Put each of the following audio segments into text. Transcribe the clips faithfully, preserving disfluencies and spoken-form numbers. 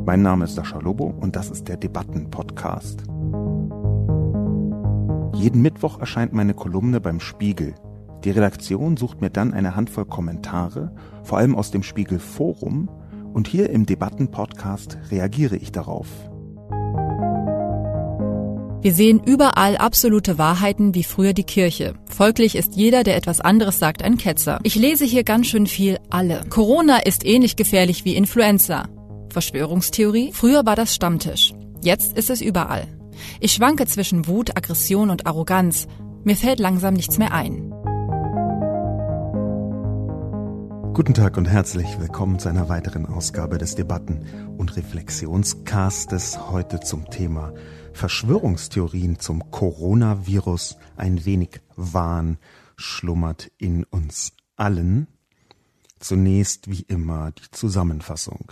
Mein Name ist Sascha Lobo und das ist der Debatten-Podcast. Jeden Mittwoch erscheint meine Kolumne beim Spiegel. Die Redaktion sucht mir dann eine Handvoll Kommentare, vor allem aus dem Spiegel-Forum, und hier im Debatten-Podcast reagiere ich darauf. Wir sehen überall absolute Wahrheiten wie früher die Kirche. Folglich ist jeder, der etwas anderes sagt, ein Ketzer. Ich lese hier ganz schön viel alle. Corona ist ähnlich gefährlich wie Influenza. Verschwörungstheorie? Früher war das Stammtisch. Jetzt ist es überall. Ich schwanke zwischen Wut, Aggression und Arroganz. Mir fällt langsam nichts mehr ein. Guten Tag und herzlich willkommen zu einer weiteren Ausgabe des Debatten- und Reflexionscastes. Heute zum Thema Verschwörungstheorien zum Coronavirus. Ein wenig Wahn schlummert in uns allen. Zunächst wie immer die Zusammenfassung.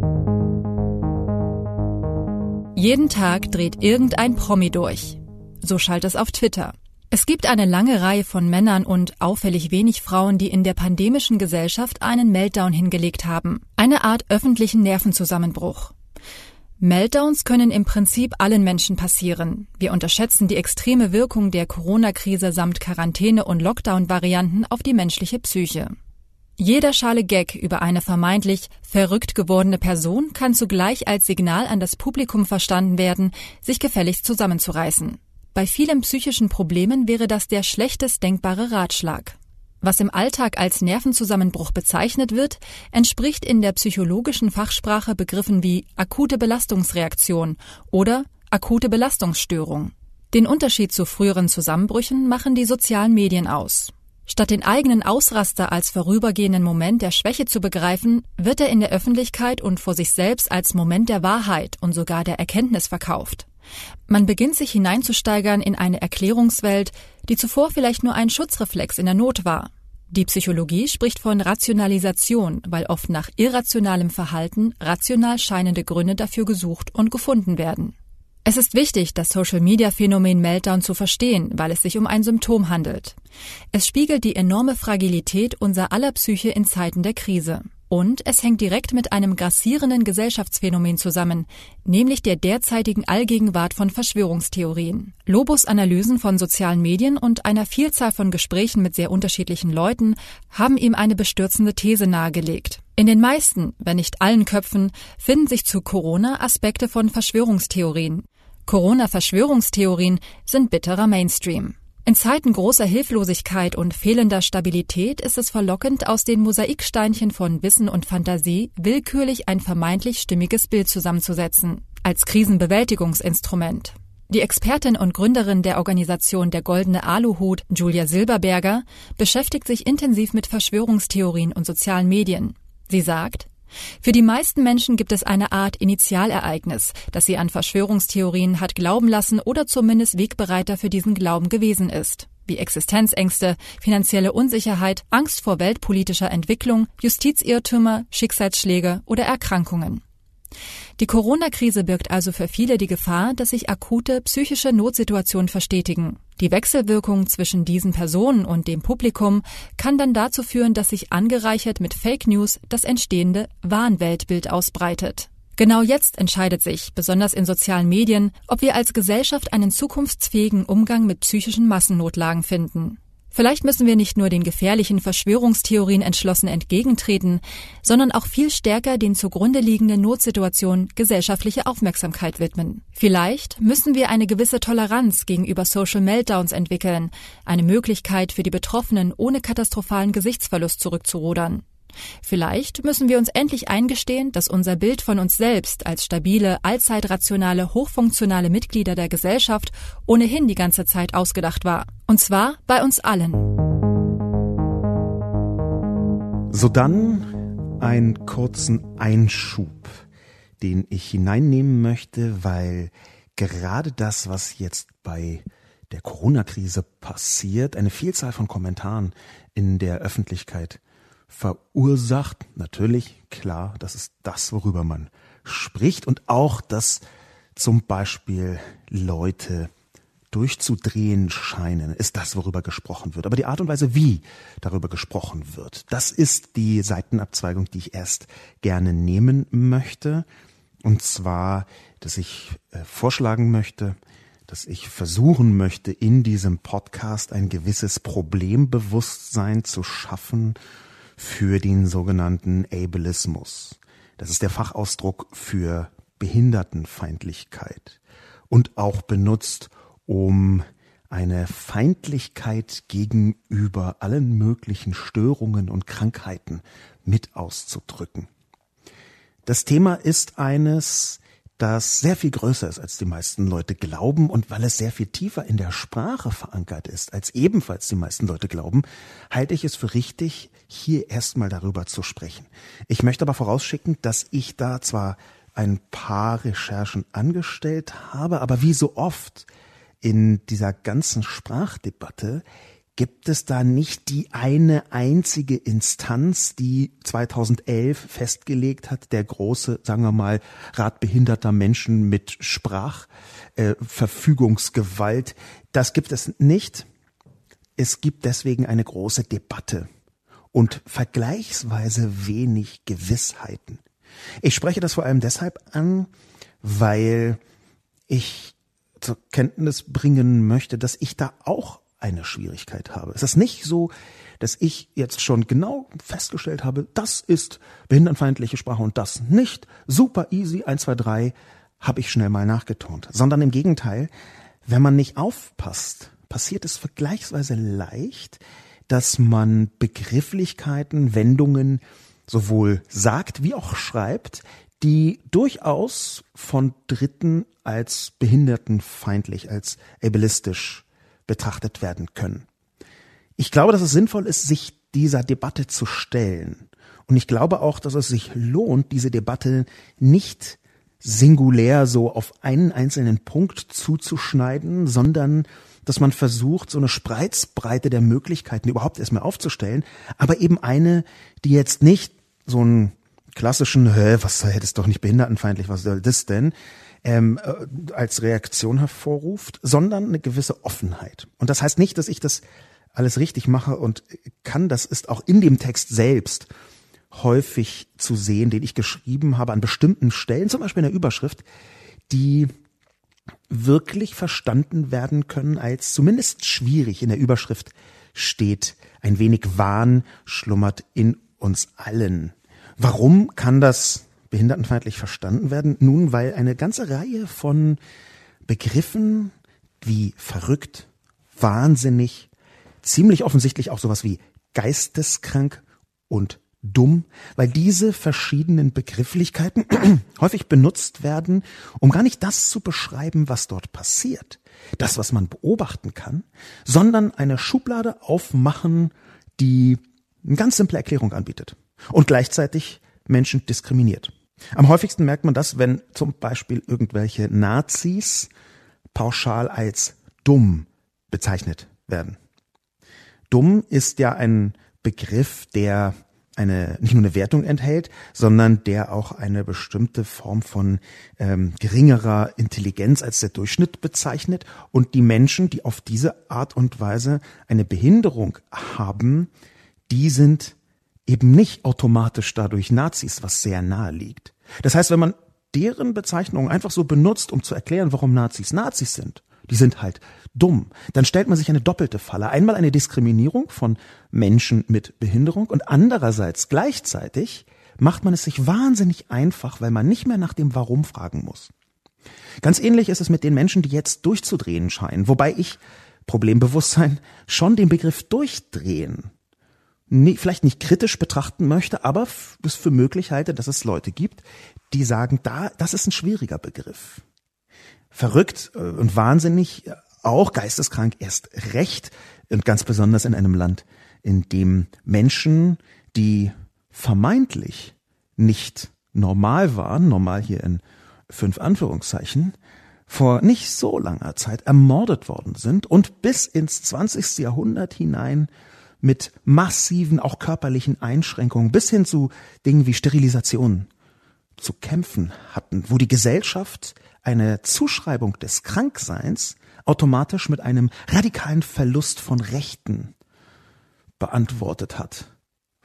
Jeden Tag dreht irgendein Promi durch. So schallt es auf Twitter. Es gibt eine lange Reihe von Männern und auffällig wenig Frauen, die in der pandemischen Gesellschaft einen Meltdown hingelegt haben. Eine Art öffentlichen Nervenzusammenbruch. Meltdowns können im Prinzip allen Menschen passieren. Wir unterschätzen die extreme Wirkung der Corona-Krise samt Quarantäne- und Lockdown-Varianten auf die menschliche Psyche. Jeder schale Gag über eine vermeintlich verrückt gewordene Person kann zugleich als Signal an das Publikum verstanden werden, sich gefälligst zusammenzureißen. Bei vielen psychischen Problemen wäre das der schlechtest denkbare Ratschlag. Was im Alltag als Nervenzusammenbruch bezeichnet wird, entspricht in der psychologischen Fachsprache Begriffen wie akute Belastungsreaktion oder akute Belastungsstörung. Den Unterschied zu früheren Zusammenbrüchen machen die sozialen Medien aus. Statt den eigenen Ausraster als vorübergehenden Moment der Schwäche zu begreifen, wird er in der Öffentlichkeit und vor sich selbst als Moment der Wahrheit und sogar der Erkenntnis verkauft. Man beginnt sich hineinzusteigern in eine Erklärungswelt, die zuvor vielleicht nur ein Schutzreflex in der Not war. Die Psychologie spricht von Rationalisation, weil oft nach irrationalem Verhalten rational scheinende Gründe dafür gesucht und gefunden werden. Es ist wichtig, das Social-Media-Phänomen Meltdown zu verstehen, weil es sich um ein Symptom handelt. Es spiegelt die enorme Fragilität unser aller Psyche in Zeiten der Krise. Und es hängt direkt mit einem grassierenden Gesellschaftsphänomen zusammen, nämlich der derzeitigen Allgegenwart von Verschwörungstheorien. Lobos Analysen von sozialen Medien und einer Vielzahl von Gesprächen mit sehr unterschiedlichen Leuten haben ihm eine bestürzende These nahegelegt. In den meisten, wenn nicht allen Köpfen, finden sich zu Corona Aspekte von Verschwörungstheorien. Corona-Verschwörungstheorien sind bitterer Mainstream. In Zeiten großer Hilflosigkeit und fehlender Stabilität ist es verlockend, aus den Mosaiksteinchen von Wissen und Fantasie willkürlich ein vermeintlich stimmiges Bild zusammenzusetzen, als Krisenbewältigungsinstrument. Die Expertin und Gründerin der Organisation Der Goldene Aluhut, Julia Silberberger, beschäftigt sich intensiv mit Verschwörungstheorien und sozialen Medien. Sie sagt: Für die meisten Menschen gibt es eine Art Initialereignis, das sie an Verschwörungstheorien hat glauben lassen oder zumindest Wegbereiter für diesen Glauben gewesen ist, wie Existenzängste, finanzielle Unsicherheit, Angst vor weltpolitischer Entwicklung, Justizirrtümer, Schicksalsschläge oder Erkrankungen. Die Corona-Krise birgt also für viele die Gefahr, dass sich akute psychische Notsituationen verstetigen. Die Wechselwirkung zwischen diesen Personen und dem Publikum kann dann dazu führen, dass sich angereichert mit Fake News das entstehende Wahnweltbild ausbreitet. Genau jetzt entscheidet sich, besonders in sozialen Medien, ob wir als Gesellschaft einen zukunftsfähigen Umgang mit psychischen Massennotlagen finden. Vielleicht müssen wir nicht nur den gefährlichen Verschwörungstheorien entschlossen entgegentreten, sondern auch viel stärker den zugrunde liegenden Notsituationen gesellschaftliche Aufmerksamkeit widmen. Vielleicht müssen wir eine gewisse Toleranz gegenüber Social Meltdowns entwickeln, eine Möglichkeit für die Betroffenen ohne katastrophalen Gesichtsverlust zurückzurudern. Vielleicht müssen wir uns endlich eingestehen, dass unser Bild von uns selbst als stabile, allzeitrationale, hochfunktionale Mitglieder der Gesellschaft ohnehin die ganze Zeit ausgedacht war. Und zwar bei uns allen. So, dann einen kurzen Einschub, den ich hineinnehmen möchte, weil gerade das, was jetzt bei der Corona-Krise passiert, eine Vielzahl von Kommentaren in der Öffentlichkeit verursacht. Natürlich, klar, das ist das, worüber man spricht, und auch, dass zum Beispiel Leute durchzudrehen scheinen, ist das, worüber gesprochen wird. Aber die Art und Weise, wie darüber gesprochen wird, das ist die Seitenabzweigung, die ich erst gerne nehmen möchte. Und zwar, dass ich äh, vorschlagen möchte, dass ich versuchen möchte, in diesem Podcast ein gewisses Problembewusstsein zu schaffen für den sogenannten Ableismus. Das ist der Fachausdruck für Behindertenfeindlichkeit und auch benutzt, um eine Feindlichkeit gegenüber allen möglichen Störungen und Krankheiten mit auszudrücken. Das Thema ist eines, das sehr viel größer ist, als die meisten Leute glauben, und weil es sehr viel tiefer in der Sprache verankert ist, als ebenfalls die meisten Leute glauben, halte ich es für richtig, hier erstmal darüber zu sprechen. Ich möchte aber vorausschicken, dass ich da zwar ein paar Recherchen angestellt habe, aber wie so oft in dieser ganzen Sprachdebatte gibt es da nicht die eine einzige Instanz, die zweitausendelf festgelegt hat, der große, sagen wir mal, Rat behinderter Menschen mit Sprachverfügungsgewalt. Äh, das gibt es nicht. Es gibt deswegen eine große Debatte und vergleichsweise wenig Gewissheiten. Ich spreche das vor allem deshalb an, weil ich zur Kenntnis bringen möchte, dass ich da auch eine Schwierigkeit habe. Es ist nicht so, dass ich jetzt schon genau festgestellt habe, das ist behindertenfeindliche Sprache und das nicht. Super easy, eins, zwei, drei, habe ich schnell mal nachgetont. Sondern im Gegenteil, wenn man nicht aufpasst, passiert es vergleichsweise leicht, dass man Begrifflichkeiten, Wendungen sowohl sagt wie auch schreibt, die durchaus von Dritten als behindertenfeindlich, als ableistisch betrachtet werden können. Ich glaube, dass es sinnvoll ist, sich dieser Debatte zu stellen. Und ich glaube auch, dass es sich lohnt, diese Debatte nicht singulär so auf einen einzelnen Punkt zuzuschneiden, sondern dass man versucht, so eine Spreizbreite der Möglichkeiten überhaupt erstmal aufzustellen, aber eben eine, die jetzt nicht so einen klassischen, hä, was hättest doch nicht behindertenfeindlich, was soll das denn, ähm, äh, als Reaktion hervorruft, sondern eine gewisse Offenheit. Und das heißt nicht, dass ich das alles richtig mache und kann, das ist auch in dem Text selbst häufig zu sehen, den ich geschrieben habe an bestimmten Stellen, zum Beispiel in der Überschrift, die wirklich verstanden werden können als zumindest schwierig. In der Überschrift steht, ein wenig Wahn schlummert in uns allen. Warum kann das behindertenfeindlich verstanden werden? Nun, weil eine ganze Reihe von Begriffen wie verrückt, wahnsinnig, ziemlich offensichtlich auch sowas wie geisteskrank und dumm, weil diese verschiedenen Begrifflichkeiten häufig benutzt werden, um gar nicht das zu beschreiben, was dort passiert, das, was man beobachten kann, sondern eine Schublade aufmachen, die eine ganz simple Erklärung anbietet und gleichzeitig Menschen diskriminiert. Am häufigsten merkt man das, wenn zum Beispiel irgendwelche Nazis pauschal als dumm bezeichnet werden. Dumm ist ja ein Begriff, der eine nicht nur eine Wertung enthält, sondern der auch eine bestimmte Form von ähm, geringerer Intelligenz als der Durchschnitt bezeichnet. Und die Menschen, die auf diese Art und Weise eine Behinderung haben, die sind eben nicht automatisch dadurch Nazis, was sehr nahe liegt. Das heißt, wenn man deren Bezeichnung einfach so benutzt, um zu erklären, warum Nazis Nazis sind, die sind halt dumm, dann stellt man sich eine doppelte Falle. Einmal eine Diskriminierung von Menschen mit Behinderung und andererseits gleichzeitig macht man es sich wahnsinnig einfach, weil man nicht mehr nach dem Warum fragen muss. Ganz ähnlich ist es mit den Menschen, die jetzt durchzudrehen scheinen, wobei ich Problembewusstsein schon den Begriff durchdrehen Nee, vielleicht nicht kritisch betrachten möchte, aber es für möglich halte, dass es Leute gibt, die sagen, da, das ist ein schwieriger Begriff. Verrückt und wahnsinnig, auch geisteskrank erst recht und ganz besonders in einem Land, in dem Menschen, die vermeintlich nicht normal waren, normal hier in fünf Anführungszeichen, vor nicht so langer Zeit ermordet worden sind und bis ins zwanzigste Jahrhundert hinein mit massiven, auch körperlichen Einschränkungen bis hin zu Dingen wie Sterilisation zu kämpfen hatten, wo die Gesellschaft eine Zuschreibung des Krankseins automatisch mit einem radikalen Verlust von Rechten beantwortet hat.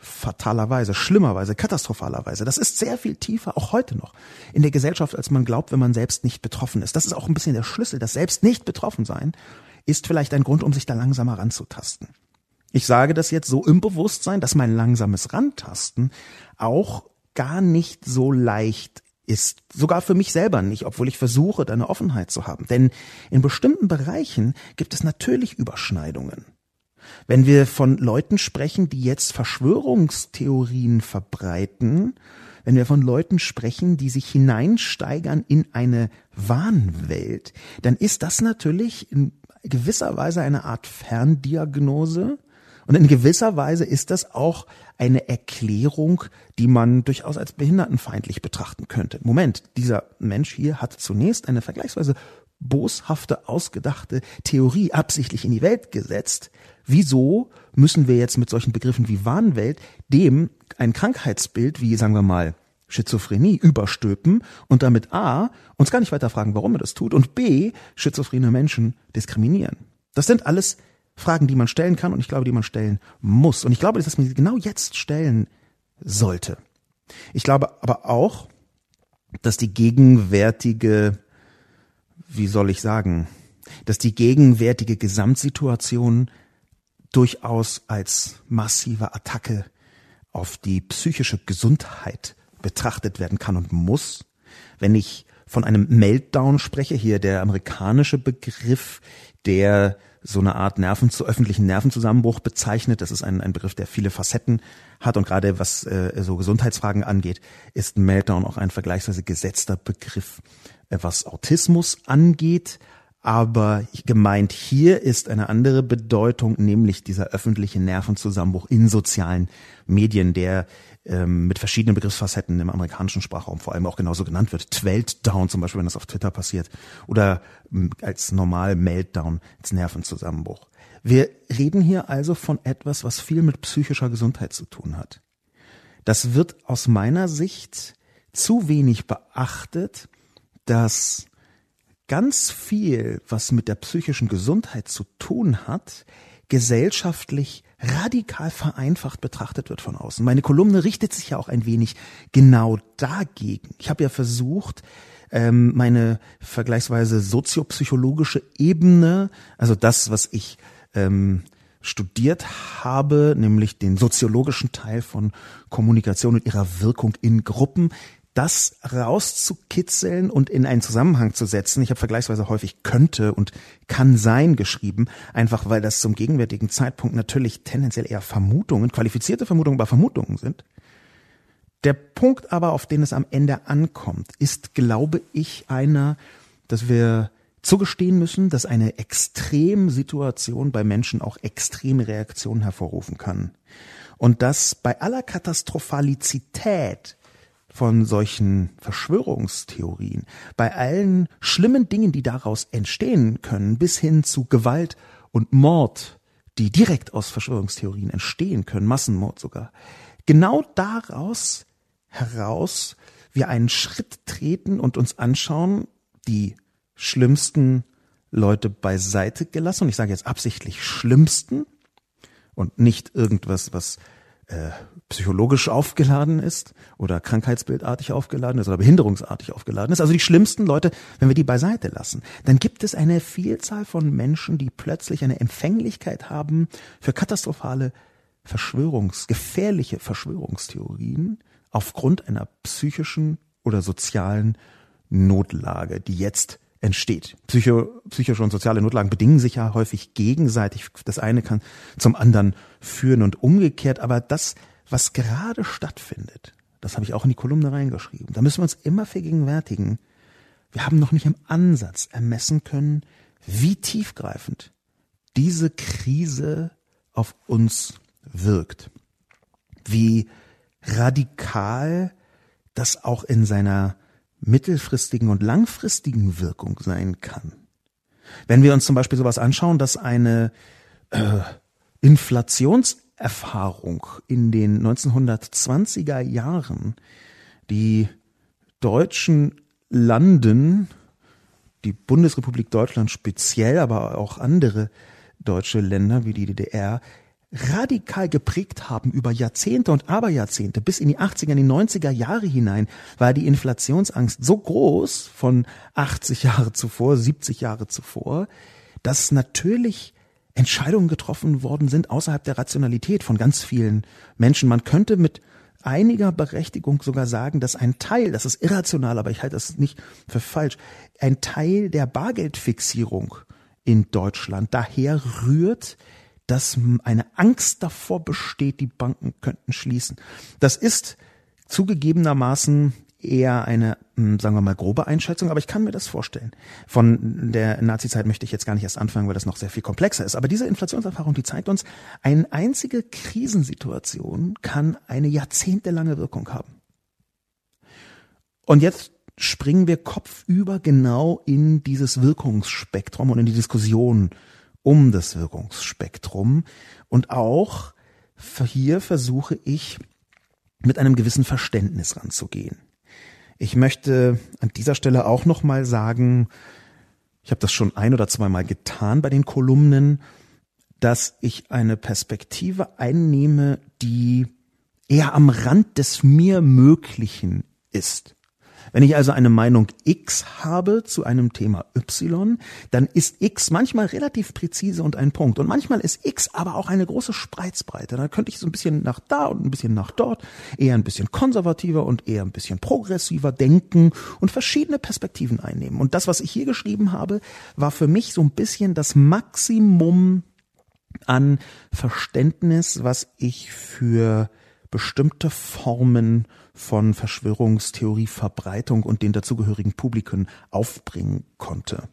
fatalerweise, schlimmerweise, katastrophalerweise. Das ist sehr viel tiefer, auch heute noch, in der Gesellschaft, als man glaubt, wenn man selbst nicht betroffen ist. Das ist auch ein bisschen der Schlüssel. Das selbst nicht betroffen sein ist vielleicht ein Grund, um sich da langsamer ranzutasten. Ich sage das jetzt so im Bewusstsein, dass mein langsames Rantasten auch gar nicht so leicht ist. Sogar für mich selber nicht, obwohl ich versuche, da eine Offenheit zu haben. Denn in bestimmten Bereichen gibt es natürlich Überschneidungen. Wenn wir von Leuten sprechen, die jetzt Verschwörungstheorien verbreiten, wenn wir von Leuten sprechen, die sich hineinsteigern in eine Wahnwelt, dann ist das natürlich in gewisser Weise eine Art Ferndiagnose. Und in gewisser Weise ist das auch eine Erklärung, die man durchaus als behindertenfeindlich betrachten könnte. Moment, dieser Mensch hier hat zunächst eine vergleichsweise boshafte, ausgedachte Theorie absichtlich in die Welt gesetzt. Wieso müssen wir jetzt mit solchen Begriffen wie Wahnwelt dem ein Krankheitsbild wie, sagen wir mal, Schizophrenie überstülpen und damit A, uns gar nicht weiter fragen, warum er das tut, und B, schizophrene Menschen diskriminieren? Das sind alles Fragen, die man stellen kann und ich glaube, die man stellen muss. Und ich glaube, dass man sie genau jetzt stellen sollte. Ich glaube aber auch, dass die gegenwärtige, wie soll ich sagen, dass die gegenwärtige Gesamtsituation durchaus als massive Attacke auf die psychische Gesundheit betrachtet werden kann und muss. Wenn ich von einem Meltdown spreche, hier der amerikanische Begriff, der so eine Art Nerven zu öffentlichen Nervenzusammenbruch bezeichnet. Das ist ein, ein Begriff, der viele Facetten hat und gerade was äh, so Gesundheitsfragen angeht, ist ein Meltdown auch ein vergleichsweise gesetzter Begriff, äh, was Autismus angeht. Aber gemeint hier ist eine andere Bedeutung, nämlich dieser öffentliche Nervenzusammenbruch in sozialen Medien, der ähm, mit verschiedenen Begriffsfacetten im amerikanischen Sprachraum vor allem auch genauso genannt wird. Tweltdown zum Beispiel, wenn das auf Twitter passiert, oder ähm, als normal Meltdown, als Nervenzusammenbruch. Wir reden hier also von etwas, was viel mit psychischer Gesundheit zu tun hat. Das wird aus meiner Sicht zu wenig beachtet, dass ganz viel, was mit der psychischen Gesundheit zu tun hat, gesellschaftlich radikal vereinfacht betrachtet wird von außen. Meine Kolumne richtet sich ja auch ein wenig genau dagegen. Ich habe ja versucht, meine vergleichsweise soziopsychologische Ebene, also das, was ich ähm, studiert habe, nämlich den soziologischen Teil von Kommunikation und ihrer Wirkung in Gruppen, das rauszukitzeln und in einen Zusammenhang zu setzen. Ich habe vergleichsweise häufig könnte und kann sein geschrieben, einfach weil das zum gegenwärtigen Zeitpunkt natürlich tendenziell eher Vermutungen, qualifizierte Vermutungen, aber Vermutungen sind. Der Punkt aber, auf den es am Ende ankommt, ist, glaube ich, einer, dass wir zugestehen müssen, dass eine Extremsituation bei Menschen auch extreme Reaktionen hervorrufen kann. Und dass bei aller Katastrophalizität von solchen Verschwörungstheorien, bei allen schlimmen Dingen, die daraus entstehen können, bis hin zu Gewalt und Mord, die direkt aus Verschwörungstheorien entstehen können, Massenmord sogar, genau daraus heraus wir einen Schritt treten und uns anschauen, die schlimmsten Leute beiseite gelassen, und ich sage jetzt absichtlich schlimmsten und nicht irgendwas, was äh, psychologisch aufgeladen ist oder krankheitsbildartig aufgeladen ist oder behinderungsartig aufgeladen ist, also die schlimmsten Leute, wenn wir die beiseite lassen, dann gibt es eine Vielzahl von Menschen, die plötzlich eine Empfänglichkeit haben für katastrophale Verschwörungs-, gefährliche Verschwörungstheorien aufgrund einer psychischen oder sozialen Notlage, die jetzt entsteht. Psycho, psychische und soziale Notlagen bedingen sich ja häufig gegenseitig. Das eine kann zum anderen führen und umgekehrt. Aber das, was gerade stattfindet, das habe ich auch in die Kolumne reingeschrieben. Da müssen wir uns immer vergegenwärtigen. Wir haben noch nicht im Ansatz ermessen können, wie tiefgreifend diese Krise auf uns wirkt. Wie radikal das auch in seiner mittelfristigen und langfristigen Wirkung sein kann. Wenn wir uns zum Beispiel sowas anschauen, dass eine äh, Inflationserfahrung in den neunzehnhundertzwanziger Jahren die deutschen Landen, die Bundesrepublik Deutschland speziell, aber auch andere deutsche Länder wie die D D R, radikal geprägt haben über Jahrzehnte und Aberjahrzehnte, bis in die achtziger, in die neunziger Jahre hinein, war die Inflationsangst so groß von achtzig Jahre zuvor, siebzig Jahre zuvor, dass natürlich Entscheidungen getroffen worden sind außerhalb der Rationalität von ganz vielen Menschen. Man könnte mit einiger Berechtigung sogar sagen, dass ein Teil, das ist irrational, aber ich halte das nicht für falsch, ein Teil der Bargeldfixierung in Deutschland daher rührt, dass eine Angst davor besteht, die Banken könnten schließen. Das ist zugegebenermaßen eher eine, sagen wir mal, grobe Einschätzung, aber ich kann mir das vorstellen. Von der Nazizeit möchte ich jetzt gar nicht erst anfangen, weil das noch sehr viel komplexer ist. Aber diese Inflationserfahrung, die zeigt uns, eine einzige Krisensituation kann eine jahrzehntelange Wirkung haben. Und jetzt springen wir kopfüber genau in dieses Wirkungsspektrum und in die Diskussion um das Wirkungsspektrum. Und auch hier versuche ich, mit einem gewissen Verständnis ranzugehen. Ich möchte an dieser Stelle auch nochmal sagen, ich habe das schon ein oder zweimal getan bei den Kolumnen, dass ich eine Perspektive einnehme, die eher am Rand des mir Möglichen ist. Wenn ich also eine Meinung X habe zu einem Thema Y, dann ist X manchmal relativ präzise und ein Punkt. Und manchmal ist X aber auch eine große Spreizbreite. Da könnte ich so ein bisschen nach da und ein bisschen nach dort, eher ein bisschen konservativer und eher ein bisschen progressiver denken und verschiedene Perspektiven einnehmen. Und das, was ich hier geschrieben habe, war für mich so ein bisschen das Maximum an Verständnis, was ich für bestimmte Formen von Verschwörungstheorieverbreitung und den dazugehörigen Publiken aufbringen konnte.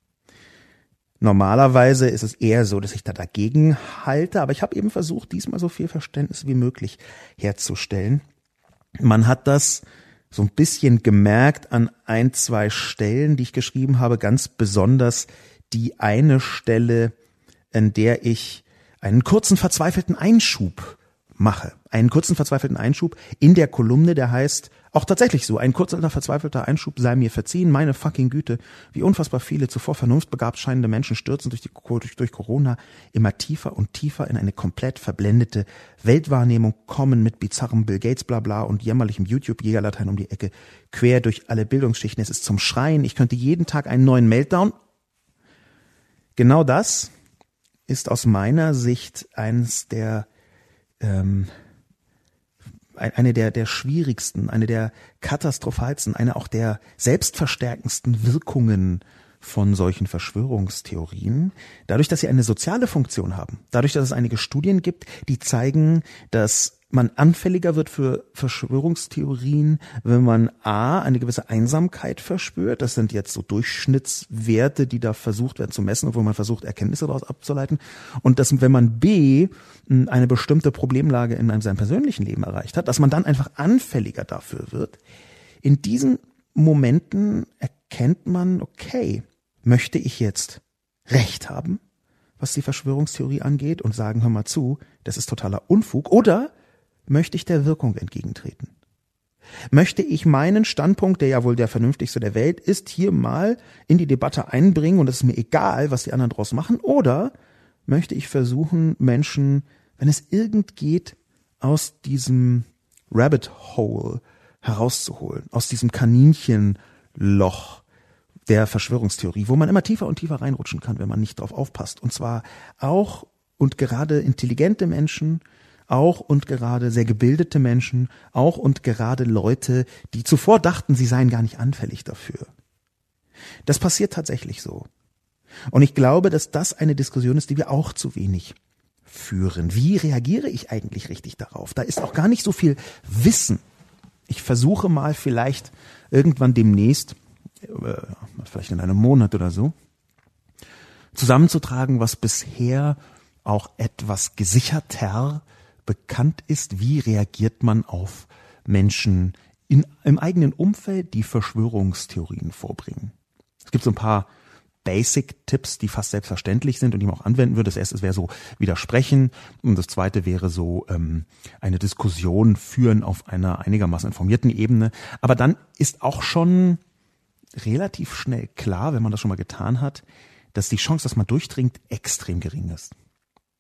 Normalerweise ist es eher so, dass ich da dagegen halte, aber ich habe eben versucht, diesmal so viel Verständnis wie möglich herzustellen. Man hat das so ein bisschen gemerkt an ein, zwei Stellen, die ich geschrieben habe, ganz besonders die eine Stelle, in der ich einen kurzen verzweifelten Einschub mache. Einen kurzen verzweifelten Einschub in der Kolumne, der heißt auch tatsächlich so, ein kurzer verzweifelter Einschub sei mir verziehen, meine fucking Güte, wie unfassbar viele zuvor vernunftbegabt scheinende Menschen stürzen durch, die, durch, durch Corona immer tiefer und tiefer in eine komplett verblendete Weltwahrnehmung, kommen mit bizarrem Bill Gates Blabla und jämmerlichem YouTube-Jägerlatein um die Ecke, quer durch alle Bildungsschichten. Es ist zum Schreien, ich könnte jeden Tag einen neuen Meltdown. Genau das ist aus meiner Sicht eines der Ähm, eine der, der schwierigsten, eine der katastrophalsten, eine auch der selbstverstärkendsten Wirkungen von solchen Verschwörungstheorien, dadurch, dass sie eine soziale Funktion haben, dadurch, dass es einige Studien gibt, die zeigen, dass man anfälliger wird für Verschwörungstheorien, wenn man a. eine gewisse Einsamkeit verspürt, das sind jetzt so Durchschnittswerte, die da versucht werden zu messen, obwohl man versucht, Erkenntnisse daraus abzuleiten, und dass, wenn man b. eine bestimmte Problemlage in seinem persönlichen Leben erreicht hat, dass man dann einfach anfälliger dafür wird. In diesen Momenten erkennt man, okay, möchte ich jetzt Recht haben, was die Verschwörungstheorie angeht, und sagen, hör mal zu, das ist totaler Unfug, oder möchte ich der Wirkung entgegentreten? Möchte ich meinen Standpunkt, der ja wohl der vernünftigste der Welt ist, hier mal in die Debatte einbringen und es ist mir egal, was die anderen draus machen, oder möchte ich versuchen, Menschen, wenn es irgend geht, aus diesem Rabbit Hole herauszuholen, aus diesem Kaninchenloch der Verschwörungstheorie, wo man immer tiefer und tiefer reinrutschen kann, wenn man nicht drauf aufpasst. Und zwar auch und gerade intelligente Menschen, auch und gerade sehr gebildete Menschen, auch und gerade Leute, die zuvor dachten, sie seien gar nicht anfällig dafür. Das passiert tatsächlich so. Und ich glaube, dass das eine Diskussion ist, die wir auch zu wenig führen. Wie reagiere ich eigentlich richtig darauf? Da ist auch gar nicht so viel Wissen. Ich versuche mal vielleicht irgendwann demnächst, äh, vielleicht in einem Monat oder so, zusammenzutragen, was bisher auch etwas gesicherter bekannt ist. Wie reagiert man auf Menschen in, im eigenen Umfeld, die Verschwörungstheorien vorbringen? Es gibt so ein paar Basic-Tipps, die fast selbstverständlich sind und die man auch anwenden würde. Das erste wäre so widersprechen und das zweite wäre so ähm, eine Diskussion führen auf einer einigermaßen informierten Ebene. Aber dann ist auch schon relativ schnell klar, wenn man das schon mal getan hat, dass die Chance, dass man durchdringt, extrem gering ist.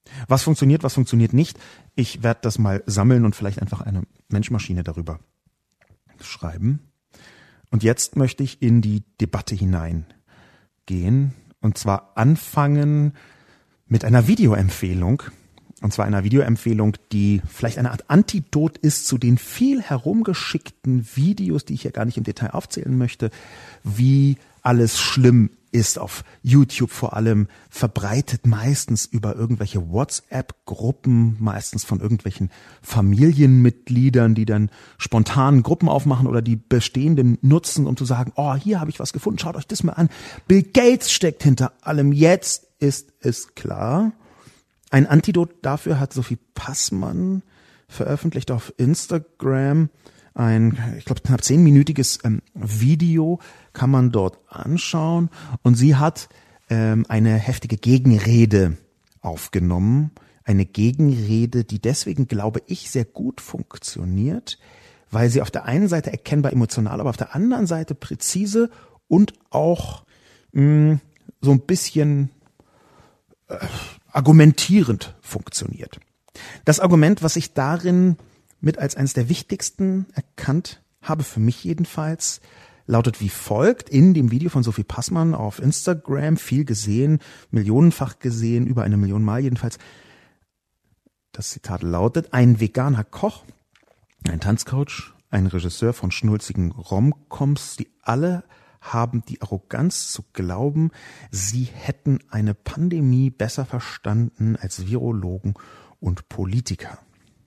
Was funktioniert, was funktioniert nicht? Ich werde das mal sammeln und vielleicht einfach eine Mensch-Maschine darüber schreiben. Und jetzt möchte ich in die Debatte hineingehen und zwar anfangen mit einer Videoempfehlung. Und zwar einer Videoempfehlung, die vielleicht eine Art Antidot ist zu den viel herumgeschickten Videos, die ich hier gar nicht im Detail aufzählen möchte, wie alles schlimm ist auf YouTube vor allem, verbreitet meistens über irgendwelche WhatsApp-Gruppen, meistens von irgendwelchen Familienmitgliedern, die dann spontan Gruppen aufmachen oder die bestehenden nutzen, um zu sagen, oh, hier habe ich was gefunden, schaut euch das mal an. Bill Gates steckt hinter allem, jetzt ist es klar. Ein Antidot dafür hat Sophie Passmann veröffentlicht auf Instagram. Ein, ich glaube, knapp zehnminütiges ähm, Video kann man dort anschauen. Und sie hat ähm, eine heftige Gegenrede aufgenommen. Eine Gegenrede, die deswegen, glaube ich, sehr gut funktioniert, weil sie auf der einen Seite erkennbar emotional, aber auf der anderen Seite präzise und auch mh, so ein bisschen äh, argumentierend funktioniert. Das Argument, was ich darin mit als eines der wichtigsten erkannt habe, für mich jedenfalls, lautet wie folgt. In dem Video von Sophie Passmann auf Instagram, viel gesehen, millionenfach gesehen, über eine Million Mal jedenfalls. Das Zitat lautet: Ein veganer Koch, ein Tanzcoach, ein Regisseur von schnulzigen Rom-Coms, die alle haben die Arroganz zu glauben, sie hätten eine Pandemie besser verstanden als Virologen und Politiker.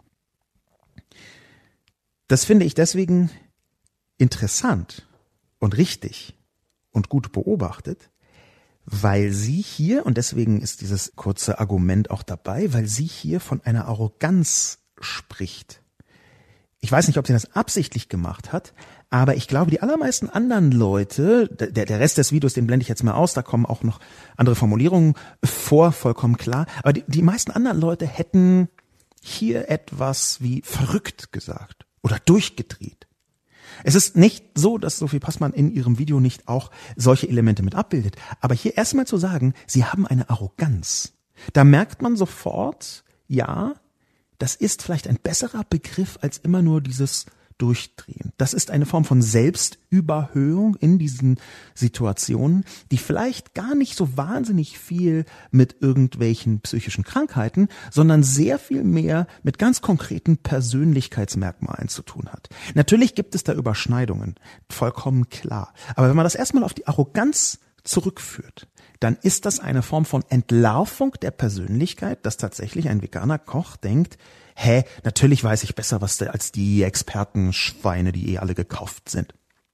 Das finde ich deswegen interessant und richtig und gut beobachtet, weil sie hier, und deswegen ist dieses kurze Argument auch dabei, weil sie hier von einer Arroganz spricht. Ich weiß nicht, ob sie das absichtlich gemacht hat, aber ich glaube, die allermeisten anderen Leute, der, der Rest des Videos, den blende ich jetzt mal aus, da kommen auch noch andere Formulierungen vor, vollkommen klar, aber die, die meisten anderen Leute hätten hier etwas wie verrückt gesagt oder durchgedreht. Es ist nicht so, dass Sophie Passmann in ihrem Video nicht auch solche Elemente mit abbildet, aber hier erstmal zu sagen, sie haben eine Arroganz. Da merkt man sofort, ja, das ist vielleicht ein besserer Begriff als immer nur dieses Durchdrehen. Das ist eine Form von Selbstüberhöhung in diesen Situationen, die vielleicht gar nicht so wahnsinnig viel mit irgendwelchen psychischen Krankheiten, sondern sehr viel mehr mit ganz konkreten Persönlichkeitsmerkmalen zu tun hat. Natürlich gibt es da Überschneidungen, vollkommen klar. Aber wenn man das erstmal auf die Arroganz zurückführt, dann ist das eine Form von Entlarvung der Persönlichkeit, dass tatsächlich ein veganer Koch denkt, hä, natürlich weiß ich besser was als die Expertenschweine, die eh alle gekauft sind.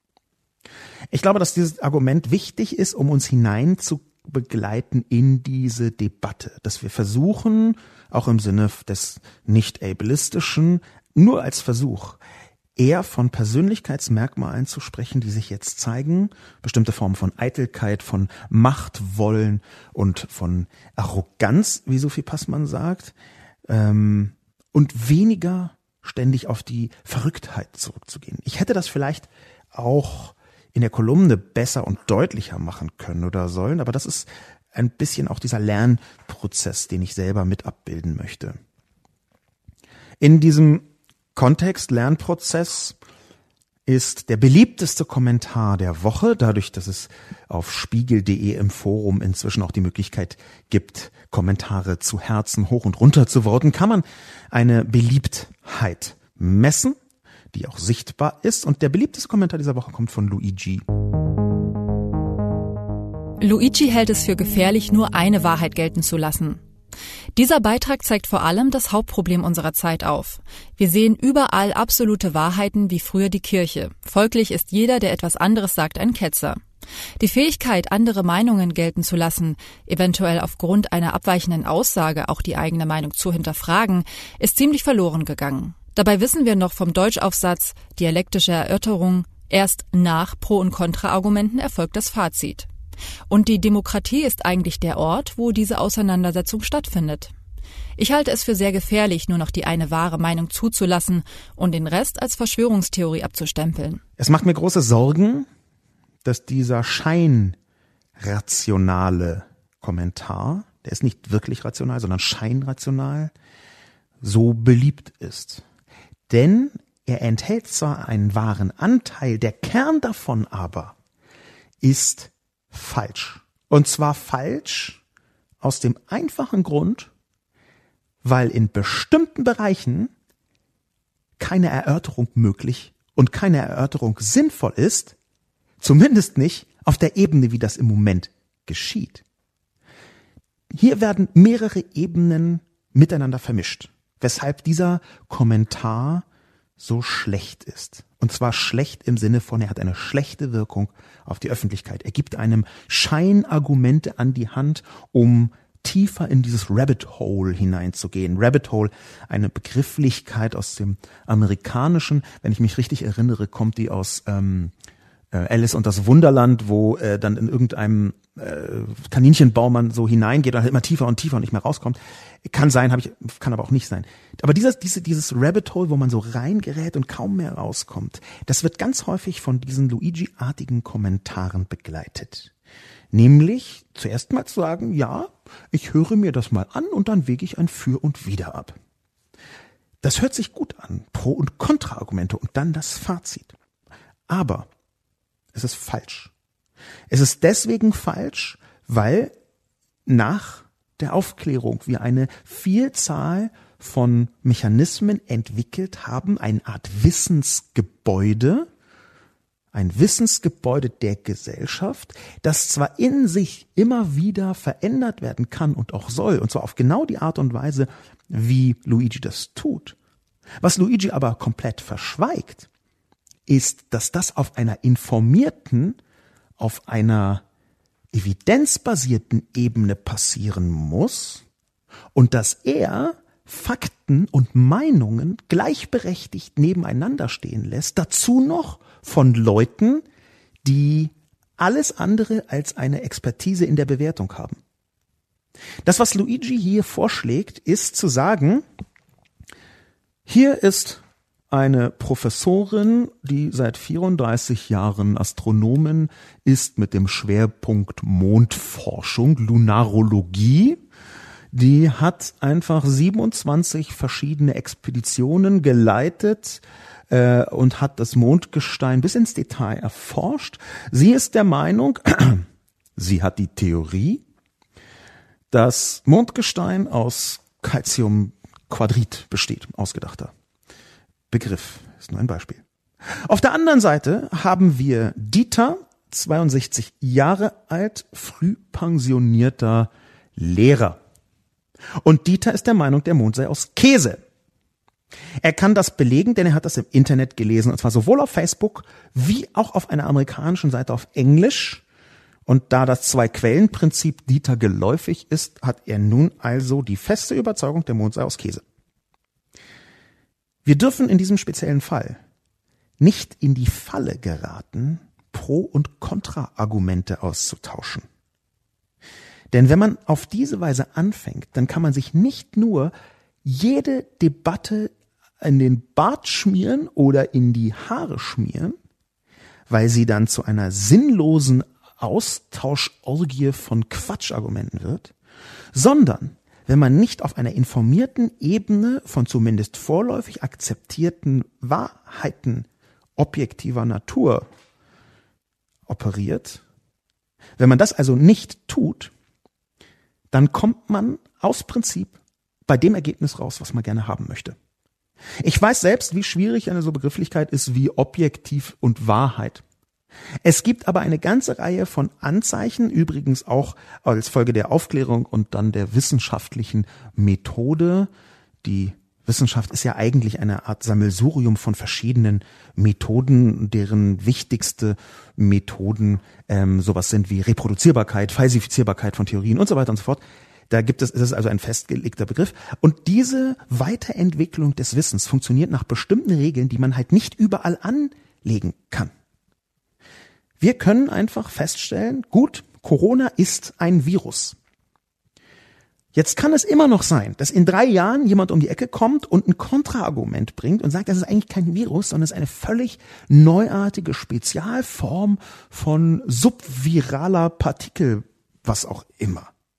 Ich glaube, dass dieses Argument wichtig ist, um uns hinein zu begleiten in diese Debatte, dass wir versuchen, auch im Sinne des nicht-ableistischen, nur als Versuch, eher von Persönlichkeitsmerkmalen zu sprechen, die sich jetzt zeigen, bestimmte Formen von Eitelkeit, von Machtwollen und von Arroganz, wie Sophie Passmann sagt, ähm, und weniger ständig auf die Verrücktheit zurückzugehen. Ich hätte das vielleicht auch in der Kolumne besser und deutlicher machen können oder sollen, aber das ist ein bisschen auch dieser Lernprozess, den ich selber mit abbilden möchte. In diesem Kontext, Lernprozess, ist der beliebteste Kommentar der Woche, dadurch, dass es auf spiegel punkt de im Forum inzwischen auch die Möglichkeit gibt, Kommentare zu Herzen hoch und runter zu voten, kann man eine Beliebtheit messen, die auch sichtbar ist. Und der beliebteste Kommentar dieser Woche kommt von Luigi. Luigi hält es für gefährlich, nur eine Wahrheit gelten zu lassen. Dieser Beitrag zeigt vor allem das Hauptproblem unserer Zeit auf. Wir sehen überall absolute Wahrheiten wie früher die Kirche. Folglich ist jeder, der etwas anderes sagt, ein Ketzer. Die Fähigkeit, andere Meinungen gelten zu lassen, eventuell aufgrund einer abweichenden Aussage auch die eigene Meinung zu hinterfragen, ist ziemlich verloren gegangen. Dabei wissen wir noch vom Deutschaufsatz dialektische Erörterung, erst nach Pro- und Kontra-Argumenten erfolgt das Fazit. Und die Demokratie ist eigentlich der Ort, wo diese Auseinandersetzung stattfindet. Ich halte es für sehr gefährlich, nur noch die eine wahre Meinung zuzulassen und den Rest als Verschwörungstheorie abzustempeln. Es macht mir große Sorgen, dass dieser scheinrationale Kommentar, der ist nicht wirklich rational, sondern scheinrational, so beliebt ist. Denn er enthält zwar einen wahren Anteil, der Kern davon aber ist falsch. Und zwar falsch aus dem einfachen Grund, weil in bestimmten Bereichen keine Erörterung möglich und keine Erörterung sinnvoll ist, zumindest nicht auf der Ebene, wie das im Moment geschieht. Hier werden mehrere Ebenen miteinander vermischt, weshalb dieser Kommentar so schlecht ist. Und zwar schlecht im Sinne von, er hat eine schlechte Wirkung auf die Öffentlichkeit. Er gibt einem Scheinargumente an die Hand, um tiefer in dieses Rabbit Hole hineinzugehen. Rabbit Hole, eine Begrifflichkeit aus dem Amerikanischen. Wenn ich mich richtig erinnere, kommt die aus ähm, Alice und das Wunderland, wo äh, dann in irgendeinem äh, Kaninchenbau man so hineingeht und halt immer tiefer und tiefer und nicht mehr rauskommt. Kann sein, habe ich, kann aber auch nicht sein. Aber dieses, diese, dieses Rabbit Hole, wo man so reingerät und kaum mehr rauskommt, das wird ganz häufig von diesen Luigi-artigen Kommentaren begleitet. Nämlich zuerst mal zu sagen, ja, ich höre mir das mal an und dann wege ich ein Für und Wider ab. Das hört sich gut an, Pro- und Kontraargumente und dann das Fazit. Aber es ist falsch. Es ist deswegen falsch, weil nach der Aufklärung wir eine Vielzahl von Mechanismen entwickelt haben, eine Art Wissensgebäude, ein Wissensgebäude der Gesellschaft, das zwar in sich immer wieder verändert werden kann und auch soll, und zwar auf genau die Art und Weise, wie Luigi das tut. Was Luigi aber komplett verschweigt, ist, dass das auf einer informierten, auf einer evidenzbasierten Ebene passieren muss und dass er Fakten und Meinungen gleichberechtigt nebeneinander stehen lässt, dazu noch von Leuten, die alles andere als eine Expertise in der Bewertung haben. Das, was Luigi hier vorschlägt, ist zu sagen, hier ist eine Professorin, die seit vierunddreißig Jahren Astronomin ist mit dem Schwerpunkt Mondforschung, Lunarologie. Die hat einfach siebenundzwanzig verschiedene Expeditionen geleitet äh, und hat das Mondgestein bis ins Detail erforscht. Sie ist der Meinung, sie hat die Theorie, dass Mondgestein aus Calciumquadrid besteht, ausgedachter Begriff, ist nur ein Beispiel. Auf der anderen Seite haben wir Dieter, zweiundsechzig Jahre alt, früh pensionierter Lehrer. Und Dieter ist der Meinung, der Mond sei aus Käse. Er kann das belegen, denn er hat das im Internet gelesen, und zwar sowohl auf Facebook wie auch auf einer amerikanischen Seite auf Englisch. Und da das Zwei-Quellen-Prinzip Dieter geläufig ist, hat er nun also die feste Überzeugung, der Mond sei aus Käse. Wir dürfen in diesem speziellen Fall nicht in die Falle geraten, Pro- und Kontra-Argumente auszutauschen. Denn wenn man auf diese Weise anfängt, dann kann man sich nicht nur jede Debatte in den Bart schmieren oder in die Haare schmieren, weil sie dann zu einer sinnlosen Austauschorgie von Quatschargumenten wird, sondern wenn man nicht auf einer informierten Ebene von zumindest vorläufig akzeptierten Wahrheiten objektiver Natur operiert, wenn man das also nicht tut, dann kommt man aus Prinzip bei dem Ergebnis raus, was man gerne haben möchte. Ich weiß selbst, wie schwierig eine so Begrifflichkeit ist wie objektiv und Wahrheit. Es gibt aber eine ganze Reihe von Anzeichen, übrigens auch als Folge der Aufklärung und dann der wissenschaftlichen Methode. Die Wissenschaft ist ja eigentlich eine Art Sammelsurium von verschiedenen Methoden, deren wichtigste Methoden ähm, sowas sind wie Reproduzierbarkeit, Falsifizierbarkeit von Theorien und so weiter und so fort. Da gibt es, es ist also ein festgelegter Begriff. Und diese Weiterentwicklung des Wissens funktioniert nach bestimmten Regeln, die man halt nicht überall anlegen kann. Wir können einfach feststellen, gut, Corona ist ein Virus. Jetzt kann es immer noch sein, dass in drei Jahren jemand um die Ecke kommt und ein Kontraargument bringt und sagt, das ist eigentlich kein Virus, sondern es ist eine völlig neuartige Spezialform von subviraler Partikel, was auch immer.